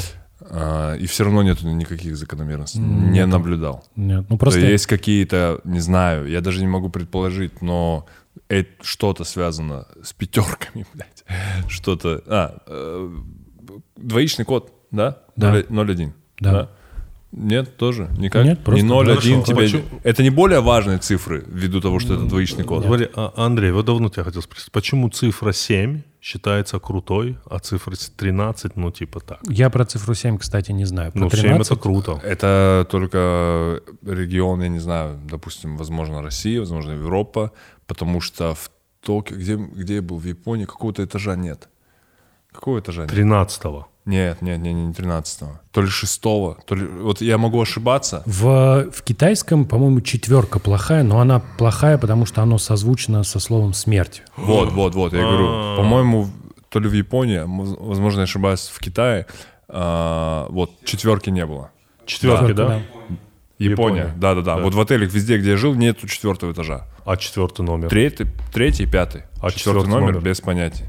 И все равно нету никаких закономерностей. Не наблюдал. Нет, ну просто... То есть какие-то, не знаю, я даже не могу предположить, но что-то связано с пятерками, блядь. Что-то... Двоичный код, да? Да. 0,1. Да. Нет, тоже никак? Нет, просто... Не 0,1 тебе... Почему? Это не более важные цифры, ввиду того, что это двоичный код? Смотри, Андрей, вот давно тебя хотел спросить, почему цифра 7 считается крутой, а цифра 13, ну, типа так? Я про цифру 7, кстати, не знаю. Про 7 13... это круто. Это только регион, я не знаю, допустим, возможно, Россия, возможно, Европа, потому что в Токио, где я был, в Японии, какого-то этажа нет. Какого этажа нет? 13-го. Нет, не 13-го. То ли 6-го, то ли... Вот я могу ошибаться. В китайском, по-моему, 4 плохая, но она плохая, потому что оно созвучно со словом «смерть». Вот, я говорю. По-моему, то ли в Японии, возможно, я ошибаюсь, в Китае, вот, 4 не было. 4, да? Япония, да. Вот в отелях везде, где я жил, нету 4 этажа. А 4 номер? 3 и 5. А 4 4 номер без понятия.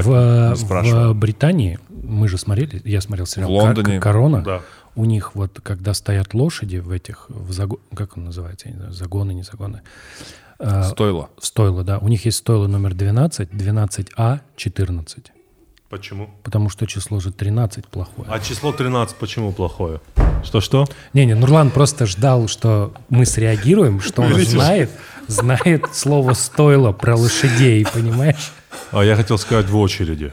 В Британии, мы же смотрели, я смотрел сериал В Лондоне. «Корона». Да. У них вот, когда стоят лошади в этих, как он называется, я не знаю, загоны, не загоны. Стойло. Стойло, да. У них есть стойло номер 12, 12А, 14. Почему? Потому что число же 13 плохое. А число 13 почему плохое? Что? Не, Нурлан просто ждал, что мы среагируем, что он знает слово «стойло» про лошадей, понимаешь? А я хотел сказать «в очереди».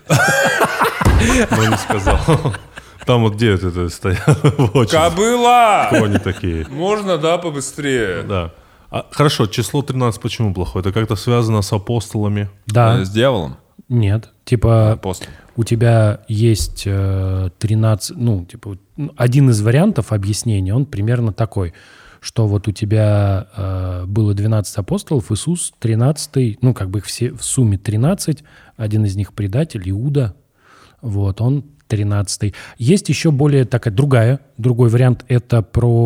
Но не сказал. Там вот где это стоят в очереди. Кобыла! Кто они такие? Можно, да, побыстрее? Да. Хорошо, число 13 почему плохое? Это как-то связано с апостолами? Да. С дьяволом? Нет. Типа Апостол. у тебя есть 13... один из вариантов объяснения, он примерно такой, что вот у тебя было 12 апостолов, Иисус 13-й, их все в сумме 13, один из них предатель, Иуда, вот, он 13-й. Есть еще более другой вариант, это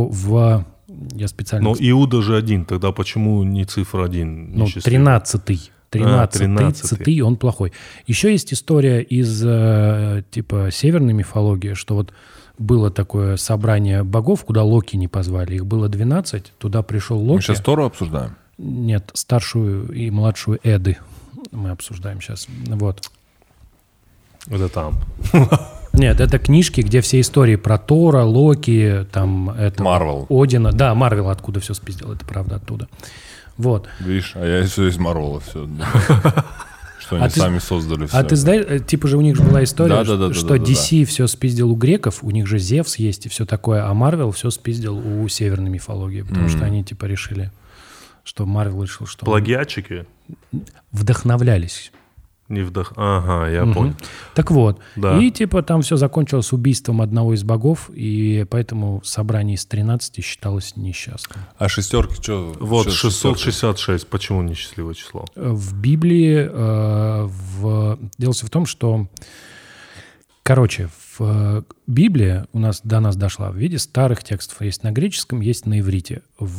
я специально... Но Иуда же один, тогда почему не цифра 1? 13-й. 13-й, он плохой. Еще есть история из северной мифологии, что вот было такое собрание богов, куда Локи не позвали. Их было 12, туда пришел Локи. Мы сейчас Тору обсуждаем? Нет, старшую и младшую Эды мы обсуждаем сейчас. Вот. Это там. Нет, это книжки, где все истории про Тора, Локи, там это Марвел. Одина. Да, Марвел откуда все спиздил, это правда оттуда. Вот. Видишь, а я все из Марвела все. Что они сами создали все. А ты знаешь, же у них же была история, что DC да. все спиздил у греков, у них же Зевс есть и все такое, а Марвел все спиздил у северной мифологии, потому что они решили, что Марвел решил, что... Плагиатчики? Вдохновлялись. Ага, я понял. Так вот, да. И там все закончилось убийством одного из богов, и поэтому собрание из 13 считалось несчастным. А шестерки что? Вот 666, почему несчастливое число? В Библии дело в том, что, в Библии до нас дошла в виде старых текстов, есть на греческом, есть на иврите.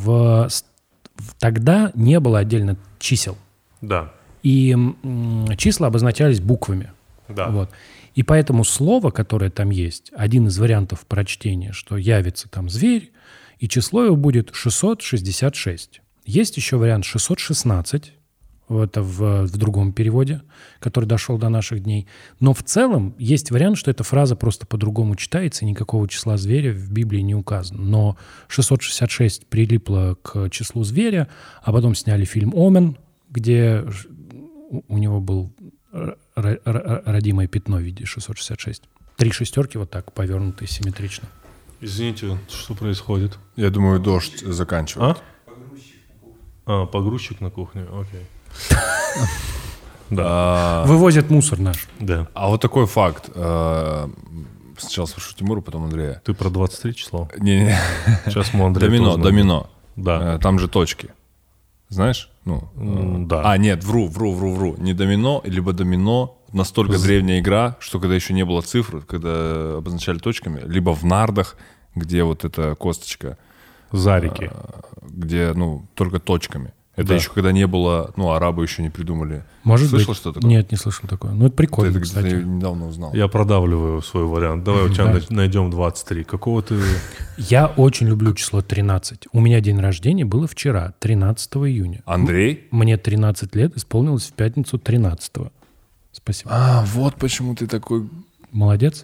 Тогда не было отдельно чисел. Да. И числа обозначались буквами. Да. Вот. И поэтому слово, которое там есть, один из вариантов прочтения, что явится там зверь, и число его будет 666. Есть еще вариант 616, это в другом переводе, который дошел до наших дней. Но в целом есть вариант, что эта фраза просто по-другому читается, и никакого числа зверя в Библии не указано. Но 666 прилипло к числу зверя, а потом сняли фильм «Омен», где у него был родимое пятно в виде 666. 3 шестерки вот так повернутые симметрично. Извините, что происходит? Я думаю, дождь заканчивает. Погрузчик на кухне, окей. Да. Вывозят мусор наш. Да. А вот такой факт. Сначала спрошу Тимура, потом Андрея. Ты про 23 число? Не-не. Сейчас мы Андрея тоже Домино. Да. Там же точки. Знаешь? Да. Нет, вру. Не домино, либо домино. Настолько древняя игра, что когда еще не было цифр, когда обозначали точками, либо в нардах, где вот эта косточка. Зарики. Где, только точками. Это Да. еще когда не было, арабы еще не придумали. Может Слышал быть. что такое? Нет, не слышал такое. Ну, это прикольно, Это кстати. где-то недавно узнал. Я продавливаю свой вариант. Давай у тебя найдем 23. Какого ты... Я очень люблю число 13. У меня день рождения было вчера, 13 июня. Андрей? Мне 13 лет исполнилось в пятницу 13-го. Спасибо. Вот почему ты такой... Молодец.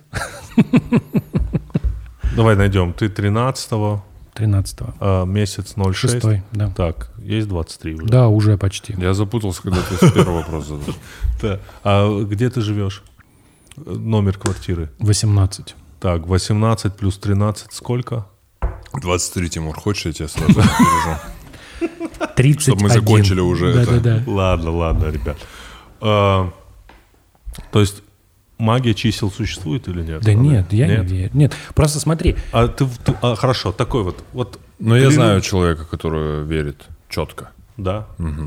Давай найдем. Ты 13-го, 13-го. месяц 06. 6-й, да. Так, есть 23 уже. Да, уже почти. Я запутался, когда ты с первого вопроса задал. Да. А где ты живешь? Номер квартиры. 18. Так, 18 плюс 13 сколько? 23, Тимур, хочешь, я тебя сразу пережу? 31. Чтобы мы закончили уже это. Да. Ладно, ребят. То есть магия чисел существует или нет? Да нет, я не верю. Нет, просто смотри. Хорошо, такой вот. Но я знаю человека, который верит четко. Да?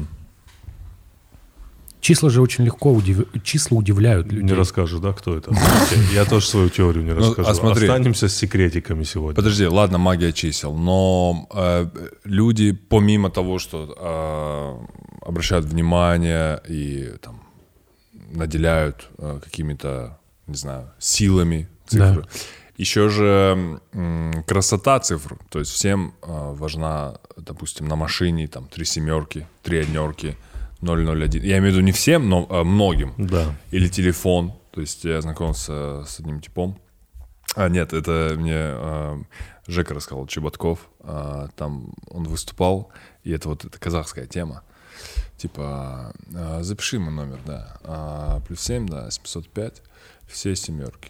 Числа же очень легко числа удивляют людей. Не расскажешь, да, кто это? Окей, я тоже свою теорию не расскажу. смотри. Останемся с секретиками сегодня. Подожди, ладно, магия чисел, но люди, помимо того, что обращают внимание и там наделяют какими-то, не знаю, силами цифры, Да. еще же красота цифр. То есть всем важна, допустим, на машине там 3 семерки, 3 однерки, 001. Я имею в виду не всем, но многим. Да. Или телефон. То есть я знакомился с одним типом. Нет, это мне Жека рассказал, Чеботков. Там он выступал, и это казахская тема. Типа, запиши мой номер, да. +7, да, 705, все семерки.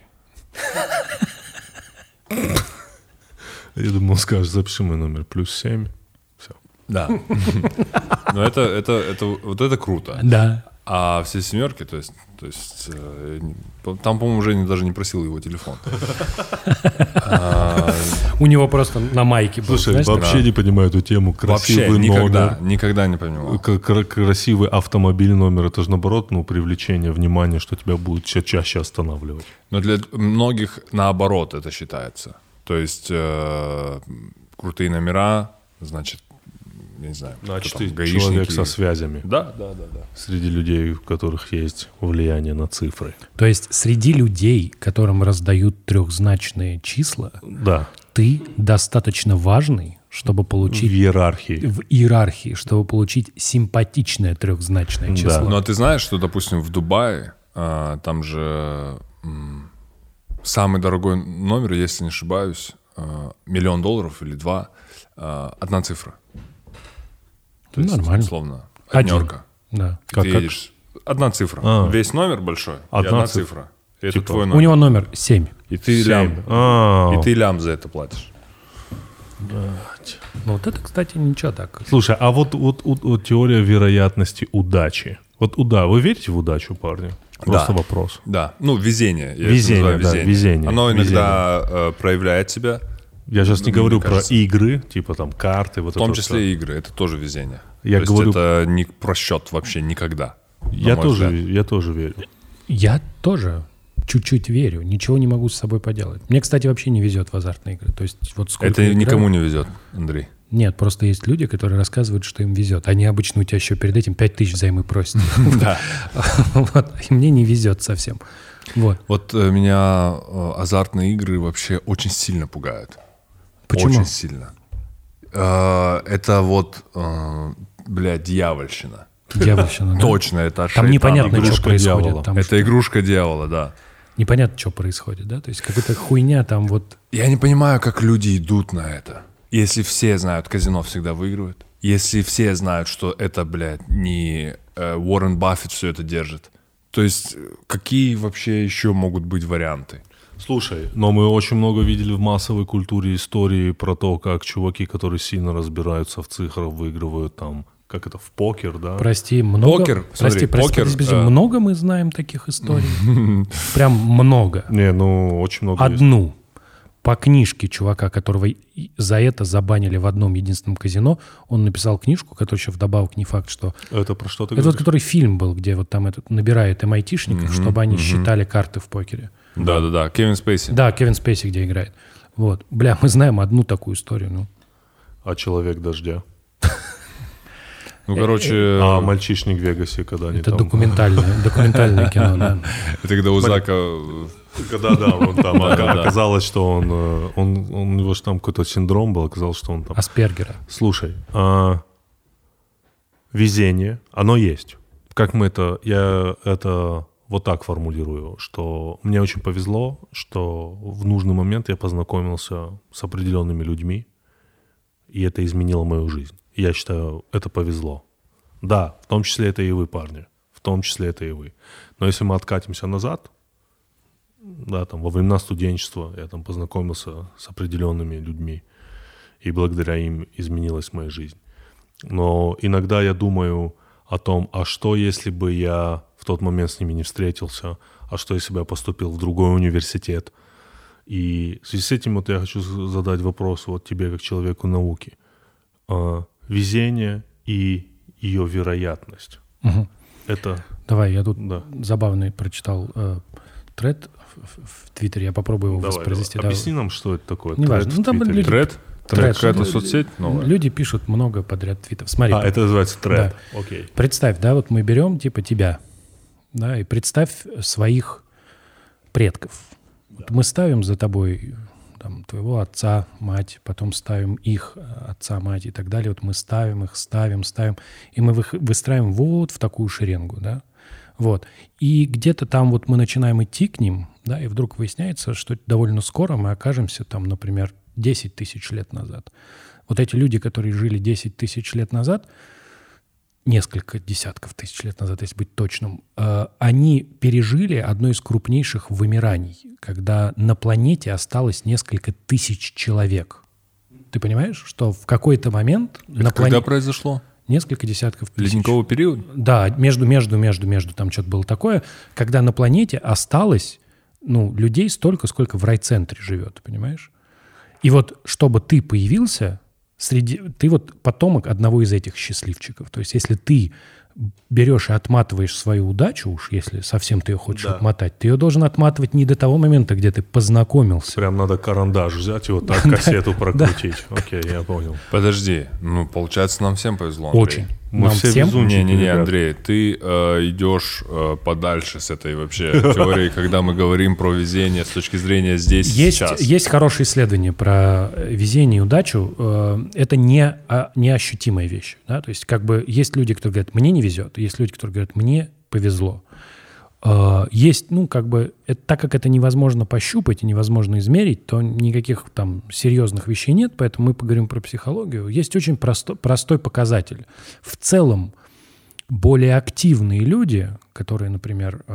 Я думал, скажешь, запиши мой номер +7. Все. Да. Но это круто. Да. А все семерки, то есть там, по-моему, Женя даже не просил его телефон. У него просто на майке был. Слушай, знаешь, вообще не понимаю эту тему. Вообще Красивый номер. никогда не понимал. Красивый автомобиль номер, это же наоборот, привлечение внимания, что тебя будет чаще останавливать. Но для многих наоборот это считается. То есть крутые номера, значит, я не знаю, Значит, кто там, ты гаишники. человек со связями. Да. Среди людей, у которых есть влияние на цифры. То есть среди людей, которым раздают трехзначные числа, Да. ты достаточно важный, чтобы В получить иерархии. в иерархии, чтобы получить симпатичное трехзначное Да. число. Ну, а ты знаешь, что, допустим, в Дубае там же самый дорогой номер, если не ошибаюсь, $1 миллион или 2, одна цифра. То есть, Нормально. условно, Один. однерка. Да. И ты едешь. Одна цифра. Весь номер большой, Одна и одна цифра. цифра. И это Типа, твой У номер. него номер 7. И ты лям. И ты лям за это платишь. Ну вот это, кстати, ничего так. Слушай, а вот теория вероятности удачи. Вы верите в удачу, парни? Просто Да. вопрос. Да, везение. Я это Везение, называю да, везение. Оно иногда проявляет себя, Я сейчас не Мне говорю кажется. про игры, типа там карты. в том числе и игры. Это тоже везение. Я То есть говорю- это не просчет вообще никогда. на Я мой взгляд. тоже верю. Я тоже чуть-чуть верю, ничего не могу с собой поделать. Мне, кстати, вообще не везет в азартные игры. То есть вот сколько Это я играю- никому не везет, Андрей. Нет, просто есть люди, которые рассказывают, что им везет. Они обычно у тебя еще перед этим 5000 взаймы просят. Да. Вот. И мне не везет совсем. Вот. Вот меня азартные игры вообще очень сильно пугают. Почему? Очень сильно. Это дьявольщина. Дьявольщина, да? Точно, это Там непонятно, игрушка что происходит. дьявола. Там Это игрушка дьявола, да. непонятно, что происходит, да? То есть какая-то хуйня там вот... Я не понимаю, как люди идут на это. Если все знают, казино всегда выигрывает. Если все знают, что это, не Уоррен Баффет все это держит. То есть какие вообще еще могут быть варианты? Слушай, но мы очень много видели в массовой культуре истории про то, как чуваки, которые сильно разбираются в цифрах, выигрывают там, как это, в покер, да? Прости, много... Покер, смотри, Прости, покер, много мы знаем таких историй? Прям много. Не, ну, очень много есть. Одну. По книжке чувака, которого за это забанили в одном единственном казино, он написал книжку, которая еще вдобавок не факт, что... Это про что ты Это говоришь? вот который фильм был, где вот там этот набирает MIT-шников, чтобы они считали карты в покере. Да, Кевин Спейси. Да, Кевин Спейси, где играет. Вот. Бля, мы знаем одну такую историю. Ну. А «Человек дождя»? Ну, короче... А «Мальчишник в Вегасе», когда они Это там... документальное кино, да. Это когда у Зака... Да, он там оказалось, что у него же там какой-то синдром был, оказалось, что он там... Аспергера. Слушай, везение, оно есть. Как мы это... Я это вот так формулирую, что мне очень повезло, что в нужный момент я познакомился с определенными людьми, и это изменило мою жизнь. Я считаю, это повезло. Да, в том числе это и вы, парни. В том числе это и вы. Но если мы откатимся назад, да, там, во времена студенчества я там познакомился с определенными людьми, и благодаря им изменилась моя жизнь. Но иногда я думаю о том, а что, если бы я в тот момент с ними не встретился, а что, если бы я поступил в другой университет. И в связи с этим вот я хочу задать вопрос вот тебе, как человеку науки. Везение и ее вероятность. Угу. Это... Давай, я тут забавный прочитал тред в Твиттере, я попробую его воспроизвести. Давай. Объясни нам, что это такое. Неважно. Ну, там люди... Тред? Какая-то соцсеть новая? Люди пишут много подряд твитов. Смотри. Это называется тред. Да. Окей. Представь, да, вот мы берем типа тебя, да, и представь своих предков. Да. Вот мы ставим за тобой там, твоего отца, мать, потом ставим их отца, мать и так далее. Вот мы ставим их, ставим, и мы выстраиваем вот в такую шеренгу, да. Вот. И где-то там вот мы начинаем идти к ним, да, и вдруг выясняется, что довольно скоро мы окажемся там, например, 10 тысяч лет назад. Вот эти люди, которые жили 10 тысяч лет назад, несколько десятков тысяч лет назад, если быть точным, они пережили одно из крупнейших вымираний, когда на планете осталось несколько тысяч человек. Ты понимаешь, что в какой-то момент... Когда произошло? Несколько десятков тысяч. Ледниковый период? Да, между там что-то было такое, когда на планете осталось людей столько, сколько в райцентре живет, понимаешь? И вот чтобы ты появился, ты вот потомок одного из этих счастливчиков. То есть если ты берешь и отматываешь свою удачу, уж если совсем ты ее хочешь отмотать, ты ее должен отматывать не до того момента, где ты познакомился. Прям надо карандаш взять и вот так кассету прокрутить. Окей, я понял. Подожди, получается, нам всем повезло, Андрей. Очень. Мы все везунчики. Не, Андрей, ты идешь подальше с этой вообще теорией, когда мы говорим про везение с точки зрения здесь и сейчас. Есть хорошее исследование про везение и удачу. Это неощутимая вещь. Да? То есть как бы есть люди, которые говорят, мне не везет, есть люди, которые говорят, мне повезло. Есть, так как это невозможно пощупать и невозможно измерить, то никаких там серьезных вещей нет, поэтому мы поговорим про психологию. Есть очень простой показатель. В целом, более активные люди, которые, например,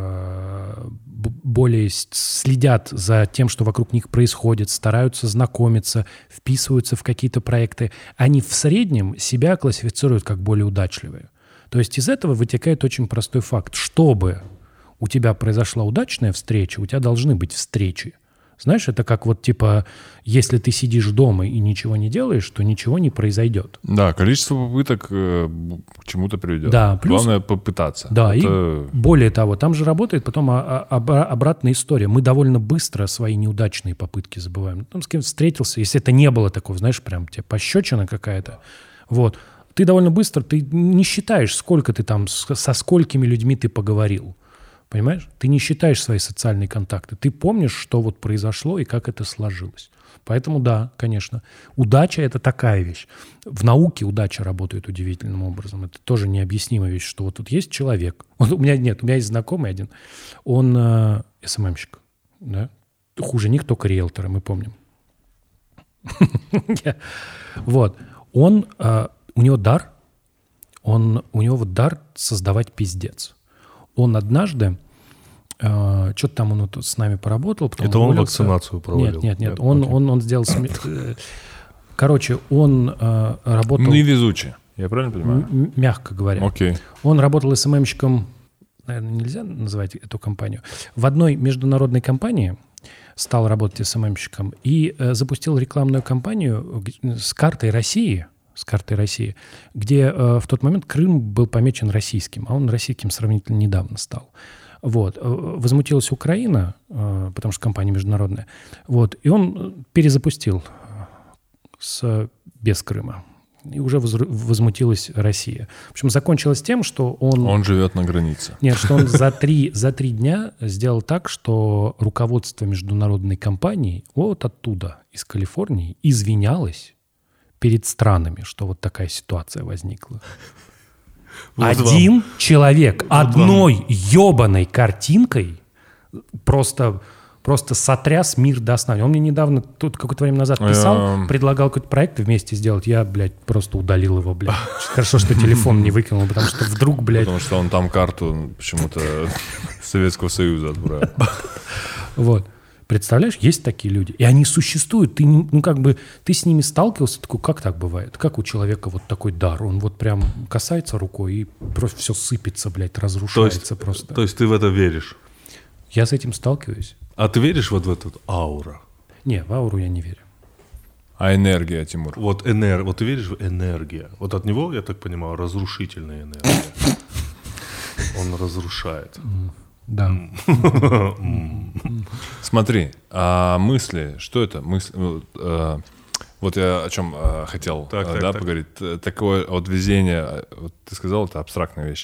более следят за тем, что вокруг них происходит, стараются знакомиться, вписываются в какие-то проекты, они в среднем себя классифицируют как более удачливые. То есть из этого вытекает очень простой факт. Чтобы у тебя произошла удачная встреча, у тебя должны быть встречи. Знаешь, это как вот типа, если ты сидишь дома и ничего не делаешь, то ничего не произойдет. Да, количество попыток к чему-то приведет. Да, плюс, главное попытаться. Да, и более того, там же работает потом обратная история. Мы довольно быстро свои неудачные попытки забываем. Там с кем встретился, если это не было такого, знаешь, прям тебе пощечина какая-то, вот, ты довольно быстро, ты не считаешь, сколько ты там, со сколькими людьми ты поговорил. Понимаешь? Ты не считаешь свои социальные контакты. Ты помнишь, что вот произошло и как это сложилось. Поэтому да, конечно. Удача – это такая вещь. В науке удача работает удивительным образом. Это тоже необъяснимая вещь, что вот тут есть человек. У меня есть знакомый один. Он СММщик. Да? Хуже них только риэлторы, мы помним. Вот. У него дар. У него вот дар создавать пиздец. Он однажды Что-то там он вот с нами поработал. Потом Это он уволился. вакцинацию проводил? Нет. Он сделал... Короче, он работал... Ну, невезучий. Я правильно понимаю? Мягко говоря. Окей. Он работал СММщиком, наверное, нельзя называть эту компанию, в одной международной компании, стал работать СММщиком и запустил рекламную кампанию с картой России, где в тот момент Крым был помечен российским, а он российским сравнительно недавно стал. Вот. Возмутилась Украина, потому что компания международная, вот, и он перезапустил без Крыма. И уже возмутилась Россия. В общем, закончилось тем, что он... Он живет на границе. Нет, что он за три дня сделал так, что руководство международной компании вот оттуда, из Калифорнии, извинялось перед странами, что вот такая ситуация возникла. Один человек одной ебаной картинкой просто сотряс мир до основания. Он мне недавно, тут какое-то время назад писал, предлагал какой-то проект вместе сделать. Я, блядь, просто удалил его, блядь. Хорошо, что телефон не выкинул, потому что вдруг, блядь... Потому что он там карту почему-то Советского Союза отправил. Вот. Представляешь, есть такие люди. И они существуют. Ты, ты с ними сталкивался, такой, как так бывает? Как у человека вот такой дар? Он вот прям касается рукой и просто все сыпется, блядь, разрушается просто. То есть ты в это веришь? Я с этим сталкиваюсь. А ты веришь вот в эту ауру? Не, в ауру я не верю. А энергия, Тимур? Вот ты веришь в энергию? Вот от него, я так понимаю, разрушительная энергия. Он разрушает. Да. Смотри, а мысли, что это? Мысли, вот я о чем хотел поговорить. Такое вот везение, вот ты сказал, это абстрактная вещь.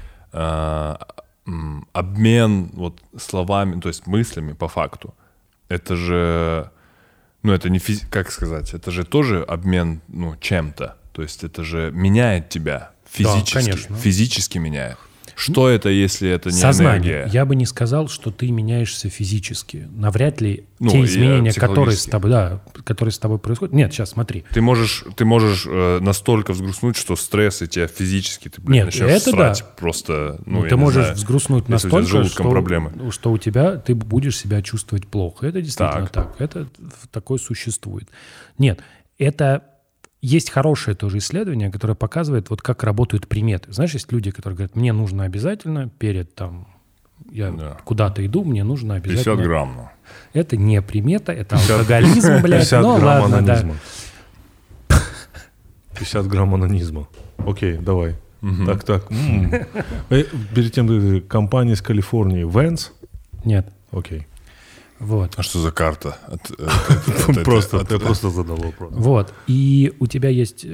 Обмен вот словами, то есть мыслями по факту, это же, это не как сказать, это же тоже обмен, чем-то. То есть это же меняет тебя физически, физически меняет. Что это, если это не сознание. Энергия? Я бы не сказал, что ты меняешься физически. Навряд ли те изменения, которые с тобой происходят. Нет, сейчас смотри. Ты можешь настолько взгрустнуть, что стресс и тебя физически ты начнешь срать просто. Ты можешь взгрустнуть настолько, что у тебя ты будешь себя чувствовать плохо. Это действительно так. Это такое существует. Нет, это... Есть хорошее тоже исследование, которое показывает, вот как работают приметы. Знаешь, есть люди, которые говорят, мне нужно обязательно перед я куда-то иду, мне нужно обязательно... 50 грамм. Это не примета, это алкоголизм, блядь. 50 грамм анонизма. 50 грамм анонизма. Окей, давай. Так. Перед тем, компания из Калифорнии, Vans? Нет. Окей. Вот. А что за карта? Я просто задал вопрос. Вот. И у тебя есть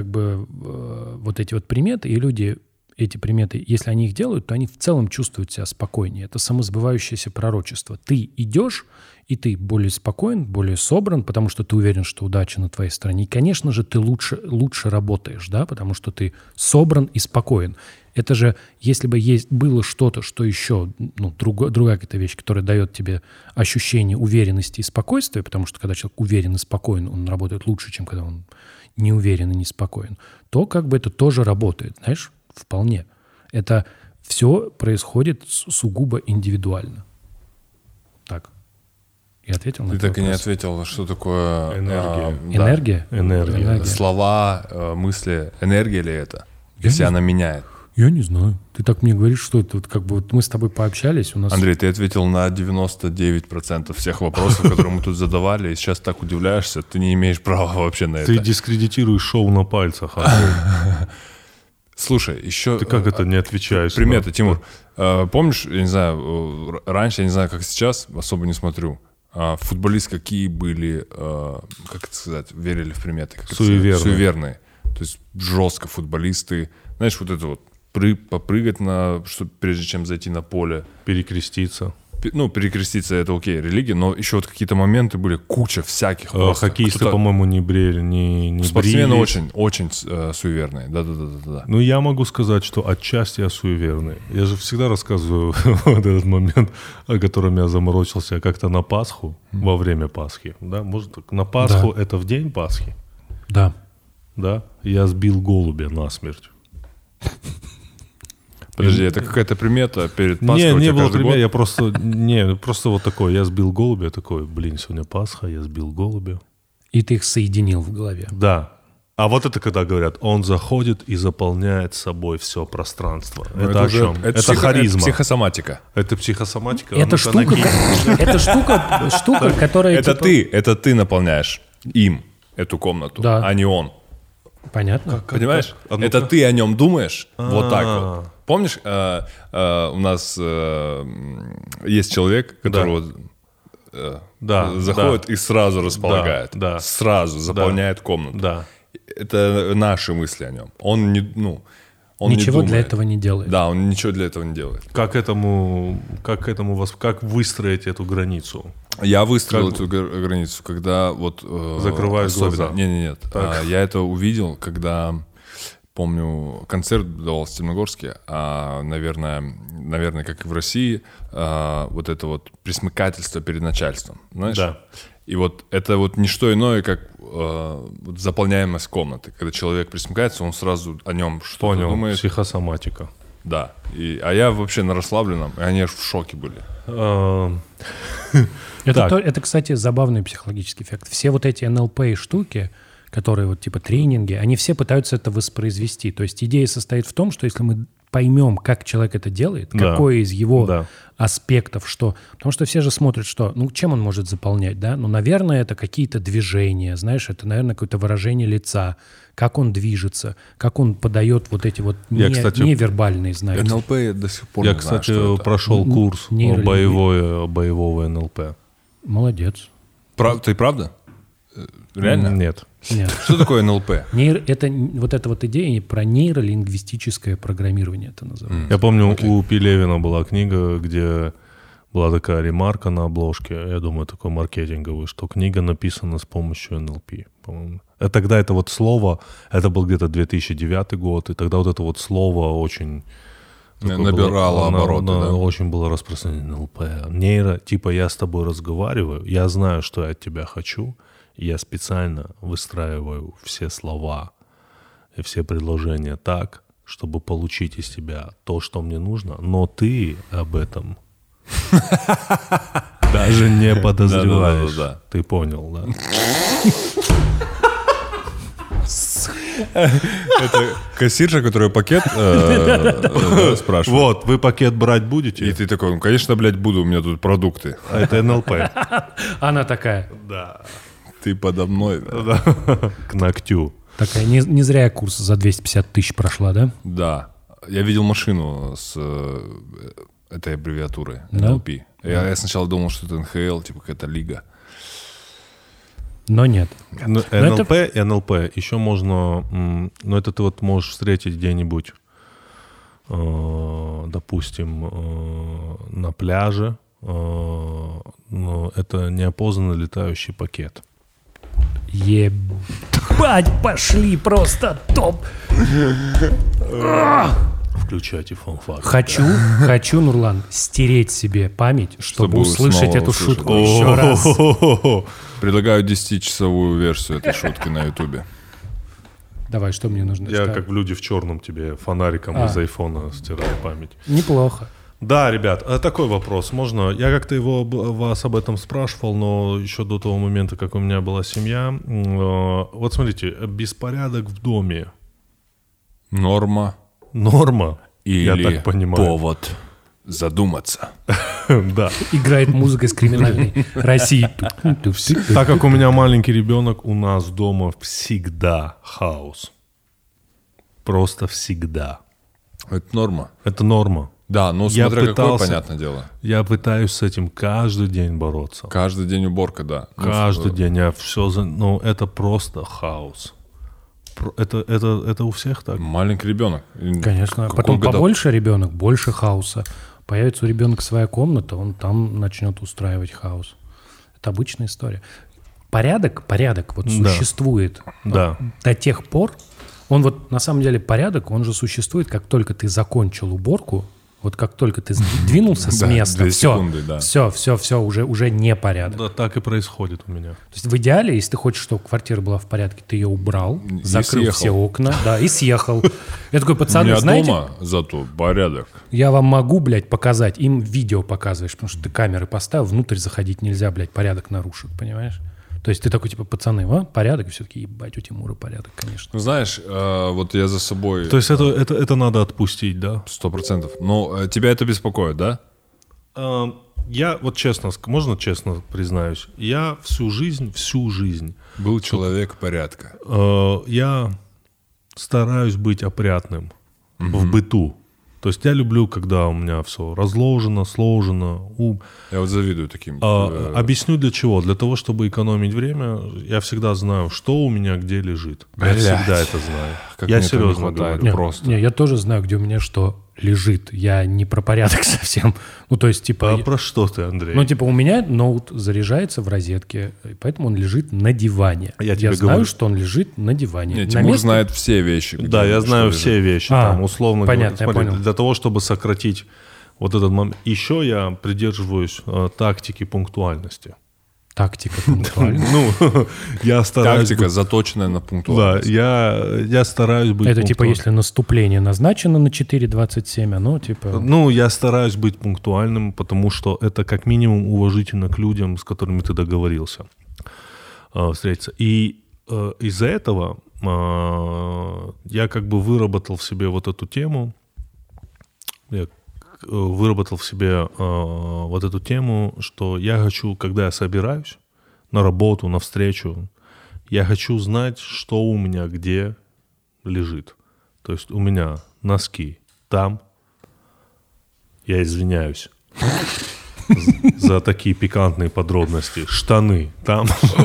вот эти вот приметы, и люди эти приметы, если они их делают, то они в целом чувствуют себя спокойнее. Это самосбывающееся пророчество. Ты идешь, и ты более спокоен, более собран, потому что ты уверен, что удача на твоей стороне. И, конечно же, ты лучше работаешь, да, потому что ты собран и спокоен. Это же, если бы было что-то, что еще, другая какая-то вещь, которая дает тебе ощущение уверенности и спокойствия, потому что когда человек уверен и спокоен, он работает лучше, чем когда он не уверен и не спокоен, то это тоже работает, знаешь, вполне. Это все происходит сугубо индивидуально. Так. Я ответил на Ты этот так и не вопрос. ответил, что такое... Энергия? Энергия. Слова, мысли. Энергия ли это? Если она меняет. Я не знаю. Ты так мне говоришь, что это мы с тобой пообщались, у нас... Андрей, ты ответил на 99% всех вопросов, которые мы тут задавали, и сейчас так удивляешься, ты не имеешь права вообще на это. Ты дискредитируешь шоу на пальцах. Слушай, еще... Ты как это не отвечаешь? Приметы, Тимур. Помнишь, я не знаю, раньше, я не знаю, как сейчас, особо не смотрю, футболисты какие были, как это сказать, верили в приметы? Суеверные. То есть жестко футболисты, знаешь, вот это вот, попрыгать, прежде чем зайти на поле. Перекреститься. Перекреститься — это окей, религия, но еще вот какие-то моменты были, куча всяких. Хоккеисты, по-моему, не брили, не спортсмены брились. очень суеверные, да. Ну, я могу сказать, что отчасти я суеверный. Я же всегда рассказываю вот этот момент, о котором я заморочился как-то на Пасху, во время Пасхи. Да? Может, на Пасху это в день Пасхи? Да. Да? Я сбил голубя насмерть. Подожди, это какая-то примета перед Пасхой? Не было примета, я просто вот такой, я сбил голубя, такой, сегодня Пасха, я сбил голубя. И ты их соединил в голове. Да. А вот это когда говорят, он заходит и заполняет собой все пространство. Это о чем? Это харизма. Это психосоматика. Это психосоматика. Это штука, которая... Это ты наполняешь им эту комнату, Да. а не он. Понятно. Понимаешь? Это ты о нем думаешь вот так вот. Помнишь, у нас есть человек, который заходит и сразу располагает. Да. Сразу заполняет комнату. Да. Это наши мысли о нем. Он Ничего не думает. для этого не делает. Да, он ничего для этого не делает. Как выстроить эту границу? Я выстроил эту границу, когда вот... Закрываешь глаза. Нет. Я это увидел, когда, помню, концерт давался в Темногорске, наверное, как и в России, вот это вот пресмыкательство перед начальством, знаешь? Да. И вот это вот не что иное, как заполняемость комнаты. Когда человек пресмыкается, он сразу о нем что-то думает. Психосоматика. Да. А я вообще на расслабленном, и они аж в шоке были. Это, кстати, забавный психологический эффект. Все вот эти НЛП и штуки, которые вот типа тренинги, они все пытаются это воспроизвести. То есть идея состоит в том, что если мы поймем, как человек это делает, какой из его аспектов, что... Потому что все же смотрят, что... чем он может заполнять, да? Наверное, это какие-то движения, знаешь, это, наверное, какое-то выражение лица, как он движется, как он подает вот эти вот невербальные знаки. НЛП я до сих пор не знаю, кстати, что это. прошел курс боевого НЛП. Молодец. Ты правда? Реально? Нет. Что такое НЛП? Это вот идея про нейролингвистическое программирование это называется. Я помню, у Пелевина была книга, где была такая ремарка на обложке, я думаю, такой маркетинговый, что книга написана с помощью НЛП, по-моему. Тогда это вот слово, это был где-то 2009 год, и тогда вот это вот слово очень... Набирало обороты, да? Очень было распространено НЛП. Нейро, типа я с тобой разговариваю, я знаю, что я от тебя хочу, и я специально выстраиваю все слова и все предложения так, чтобы получить из тебя то, что мне нужно, но ты об этом даже не подозреваешь. Ты понял, да? Это кассирша, которая пакет спрашивает. Вот, вы пакет брать будете? И ты такой, конечно, блядь, буду, у меня тут продукты. А это НЛП. Она такая. Да. Ты подо мной. Да. К ногтю. Такая, не зря я курс за 250 тысяч прошла, да? Да. Я видел машину с этой аббревиатурой NLP. Я сначала думал, что это НХЛ, типа какая-то лига. Но нет. НЛП еще можно... Но это ты вот можешь встретить где-нибудь, допустим, на пляже. Но это неопознанный летающий пакет. Ебать, пошли просто топ. Включайте фанфары. Хочу, Нурлан, стереть себе память, чтобы услышать эту шутку еще раз. Предлагаю 10-часовую версию этой шутки на Ютубе. Давай, что мне нужно? Я как в «Люди в черном» тебе фонариком из айфона стираю память. Неплохо. Да, ребят, такой вопрос. Можно? Я как-то вас об этом спрашивал, но еще до того момента, как у меня была семья. Вот смотрите, беспорядок в доме. Норма. Или я так понимаю. Повод задуматься. Да. Играет музыка из криминальной России. Так как у меня маленький ребенок, у нас дома всегда хаос. Просто всегда. Это норма. Это норма. Да, ну смотря какое, понятное дело. Я пытаюсь с этим каждый день бороться. Каждый день уборка, да. Каждый день я все... Ну, это просто хаос. Это у всех так? Маленький ребенок. Конечно. Потом побольше ребенок, больше хаоса. Появится у ребенка своя комната, он там начнет устраивать хаос. Это обычная история. Порядок вот существует до тех пор. Он вот на самом деле порядок, он же существует, как только ты закончил уборку, Вот как только ты двинулся с Да, места, 2 все, секунды, да. все, уже не порядок. Да, так и происходит у меня. То есть в идеале, если ты хочешь, чтобы квартира была в порядке, ты ее убрал, закрыл съехал. все окна, да, и съехал. Я такой, У пацаны, меня знаете, дома зато порядок. я вам могу, блядь, показать, им видео показываешь, потому что ты камеры поставил, внутрь заходить нельзя, блядь, порядок нарушит, понимаешь? То есть ты такой, типа, пацаны, порядок, и все-таки, ебать, у Тимура порядок, конечно. Ну, знаешь, вот я за собой... То есть это надо отпустить, да? 100%. Но тебя это беспокоит, да? Я вот честно, можно честно признаюсь, я всю жизнь Был человек порядка. я стараюсь быть опрятным в быту. То есть я люблю, когда у меня все разложено, сложено. Я вот завидую таким. Объясню для чего. Для того, чтобы экономить время, я всегда знаю, что у меня где лежит. Я Блядь. всегда это знаю. Как Я мне этого не серьезно хватает. говорю. Просто. Не, я тоже знаю, где у меня что лежит. Я не про порядок совсем. Ну, то есть, типа... А про что ты, Андрей? Ну, типа, у меня ноут заряжается в розетке, и поэтому он лежит на диване. Я тебе знаю, говорю. что он лежит на диване. Не, На Тимур месте- знает все вещи. где Да, я что знаю лежит. все вещи, А, там, условно понятно, говоря. я понял. Для того, чтобы сократить вот этот момент. Еще я придерживаюсь тактики пунктуальности. Тактика пунктуальна. Ну, я стараюсь... Тактика, заточенная на Да, пунктуальность. я стараюсь быть Это типа, пунктуальным. если наступление назначено на 4:27, оно типа... Ну, я стараюсь быть пунктуальным, потому что это как минимум уважительно к людям, с которыми ты договорился встретиться. И из-за этого я как бы выработал в себе вот эту тему. Что я хочу, когда я собираюсь на работу, на встречу, я хочу знать, что у меня где лежит. То есть у меня носки там. Я извиняюсь за такие пикантные подробности. Штаны там.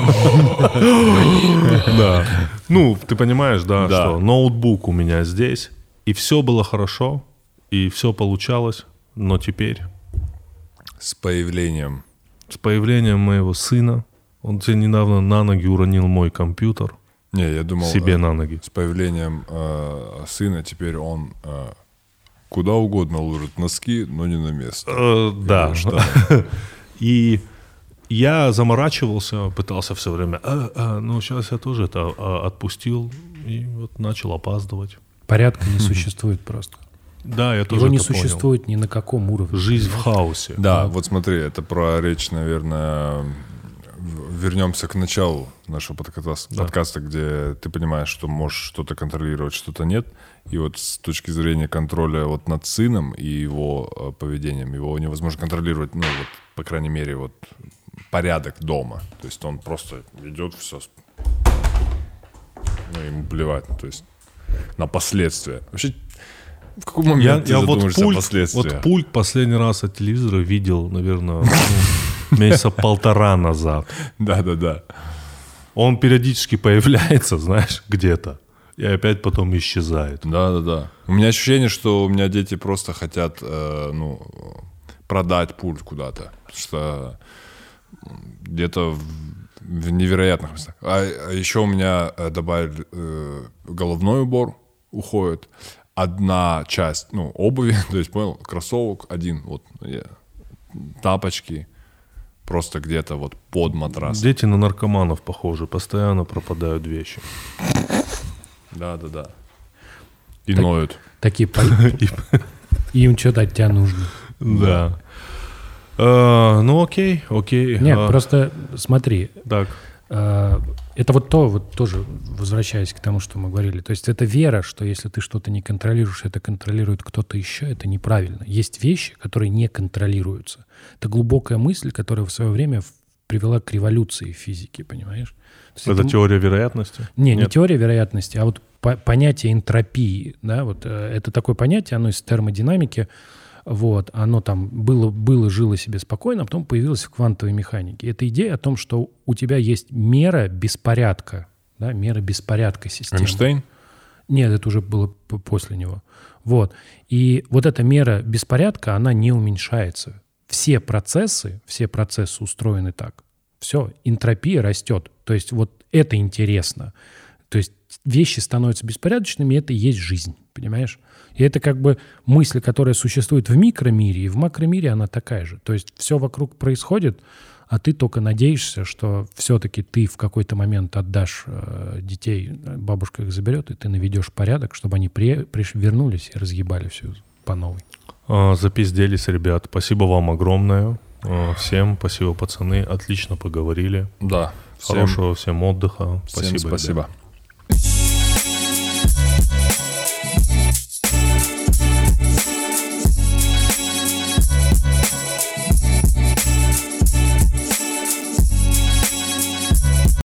Да. Ну, ты понимаешь, да, Да. что ноутбук у меня здесь. И все было хорошо, и все получалось. Но теперь С появлением. с появлением моего сына, он тебе недавно на ноги уронил мой компьютер. Не, я думал, Себе на ноги. с появлением сына теперь он куда угодно ложит носки, но не на место. Да. Штаны. И я заморачивался, пытался все время, ну сейчас я тоже это отпустил и вот начал опаздывать. Порядка не существует просто. Да, я тоже Его не это понял. существует ни на каком уровне. Жизнь в хаосе. Да, вот смотри, это про речь, наверное, вернемся к началу нашего подкаста, где ты понимаешь, что можешь что-то контролировать, что-то нет. И вот с точки зрения контроля вот над сыном и его поведением, его невозможно контролировать, ну вот, по крайней мере, вот порядок дома. То есть он просто идет все, ну ему плевать, ну, то есть на последствия. Вообще, в какой момент ты Я вот задумаешься о последствиях? вот пульт последний раз от телевизора видел, наверное, месяца 1,5 назад. Да. Он периодически появляется, знаешь, где-то, и опять потом исчезает. Да. У меня ощущение, что у меня дети просто хотят, продать пульт куда-то. Потому что где-то в невероятных местах. А еще у меня добавили головной убор уходит. Одна часть, обуви, то есть, понял, кроссовок один, вот, тапочки, просто где-то вот под матрасом. Дети на наркоманов похожи, постоянно пропадают вещи. Да. И ноют. Такие им что-то от тебя нужно. Да. Ну окей. Нет, просто смотри, Так. это вот тоже возвращаясь к тому, что мы говорили. То есть это вера, что если ты что-то не контролируешь, это контролирует кто-то еще, это неправильно. Есть вещи, которые не контролируются. Это глубокая мысль, которая в свое время привела к революции в физике, понимаешь? Это теория вероятности? Не теория вероятности, а вот понятие энтропии. Да, вот, это такое понятие, оно из термодинамики. Вот, оно там жило себе спокойно, а потом появилось в квантовой механике. Это идея о том, что у тебя есть мера беспорядка, да, мера беспорядка системы. Эйнштейн? Нет, это уже было после него. Вот. И вот эта мера беспорядка, она не уменьшается. Все процессы устроены так. Все, энтропия растет. То есть вот это интересно. То есть вещи становятся беспорядочными, это и есть жизнь, понимаешь? И это как бы мысль, которая существует в микромире, и в макромире она такая же. То есть все вокруг происходит, а ты только надеешься, что все-таки ты в какой-то момент отдашь детей, бабушка их заберет, и ты наведешь порядок, чтобы они вернулись и разъебали все по новой. Запизделись, ребят. Спасибо вам огромное. Всем спасибо, пацаны. Отлично поговорили. Да. Хорошего всем отдыха. Всем спасибо.